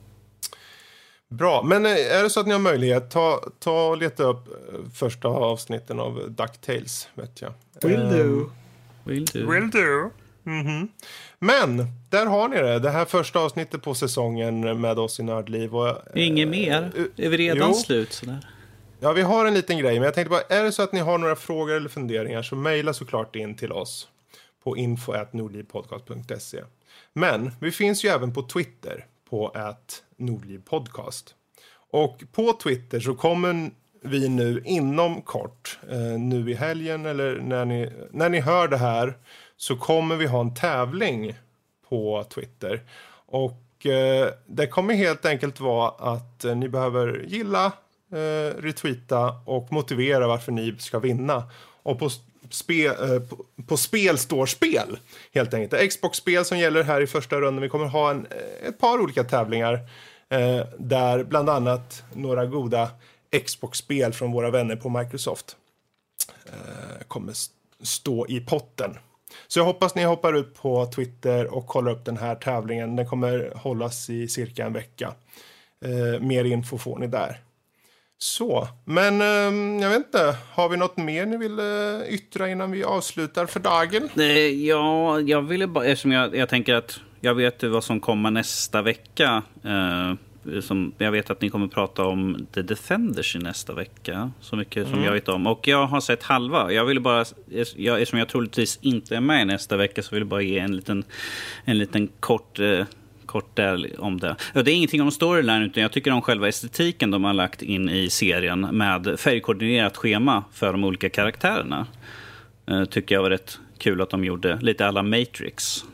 Bra, men är det så att ni har möjlighet, ta, ta och leta upp första avsnitten av DuckTales, vet jag. Will do. Will do. Will do. Mm-hmm. Men, där har ni det. Det här första avsnittet på säsongen med oss i Nördliv. Och, Inget mer? Är vi redan jo. slut sådär? Ja, vi har en liten grej, men jag tänkte bara, är det så att ni har några frågor eller funderingar, så mejla såklart in till oss på info at nordlivpodcast punkt se. Men vi finns ju även på Twitter på at nordlivpodcast. Och på Twitter så kommer vi nu inom kort, eh, nu i helgen eller när ni, när ni hör det här, så kommer vi ha en tävling på Twitter. Och eh, det kommer helt enkelt vara att eh, ni behöver gilla, eh, retweeta och motivera varför ni ska vinna. Och på Spe, eh, på, på spel står spel, helt enkelt. Det är Xbox-spel som gäller här i första rundan. Vi kommer ha en, ett par olika tävlingar eh, där bland annat några goda Xbox-spel från våra vänner på Microsoft eh, kommer stå i potten. Så jag hoppas ni hoppar ut på Twitter och kollar upp den här tävlingen. Den kommer hållas i cirka en vecka. Eh, mer info får ni där. Så, men eh, jag vet inte, har vi något mer ni vill eh, yttra innan vi avslutar för dagen? Ja, jag ville bara, eftersom jag, jag tänker att jag vet vad som kommer nästa vecka eh, som, jag vet att ni kommer prata om The Defenders i nästa vecka. Så mycket som Mm. jag vet om. Och jag har sett halva. Jag vill bara, jag, eftersom jag troligtvis inte är med nästa vecka, så vill jag bara ge en liten, en liten kort... Eh, kort där om det. Det är ingenting om storyline, utan jag tycker om själva estetiken de har lagt in i serien med färgkoordinerat schema för de olika karaktärerna. Uh, tycker jag var rätt kul att de gjorde. Lite alla Matrix.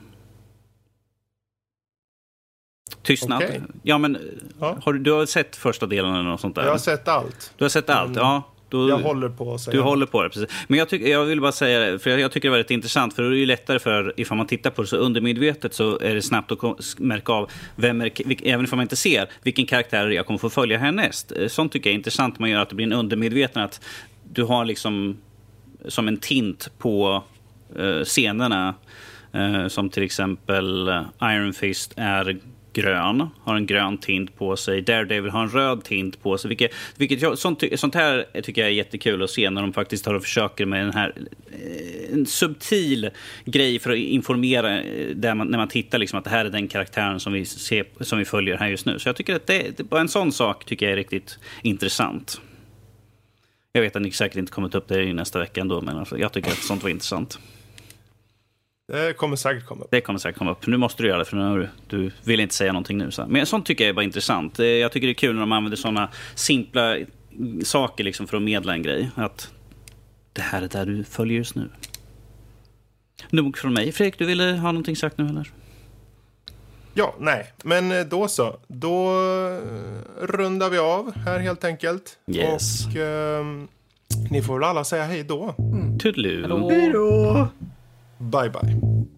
Tystnad. Okay. Ja, men Ja. Har du, du har sett första delen eller något sånt där? Jag har sett allt. Du har sett allt, Mm. ja. Då, Jag håller på att säga. Du håller på det, precis. Men jag, tyck, jag vill bara säga det, för jag, jag tycker det var rätt intressant. För det är ju lättare för, ifall man tittar på det så undermedvetet, så är det snabbt att kom, märka av, vem är, vilk, även om man inte ser, vilken karaktär jag kommer få följa härnäst. Sånt tycker jag är intressant. Man gör att det blir en undermedveten, att du har liksom som en tint på uh, scenerna. Uh, som till exempel uh, Iron Fist är grön, har en grön tint på sig. Daredevil har en röd tint på sig. Vilket, vilket jag, sånt, sånt här tycker jag är jättekul att se när de faktiskt tar och försöker med den här en subtil grej för att informera där man, när man tittar liksom att det här är den karaktären som vi, ser, som vi följer här just nu. Så jag tycker att det, det bara en sån sak tycker jag är riktigt intressant. Jag vet att ni säkert inte kommer ta upp det i nästa vecka ändå, men alltså, jag tycker att sånt var intressant. Det kommer säkert komma upp. Det kommer säkert komma upp. Nu måste du göra det, för nu, du vill inte säga någonting nu. Så. Men sånt tycker jag är bara intressant. Jag tycker det är kul när de använder såna simpla saker liksom för att medla en grej. Att det här är där du följer just nu. Nog från mig. Fredrik, du ville ha någonting sagt nu eller? Ja, nej. Men då så. Då rundar vi av här helt enkelt. Yes. Och eh, ni får väl alla säga hej då. Mm. Toodaloo. Hej då! Bye bye.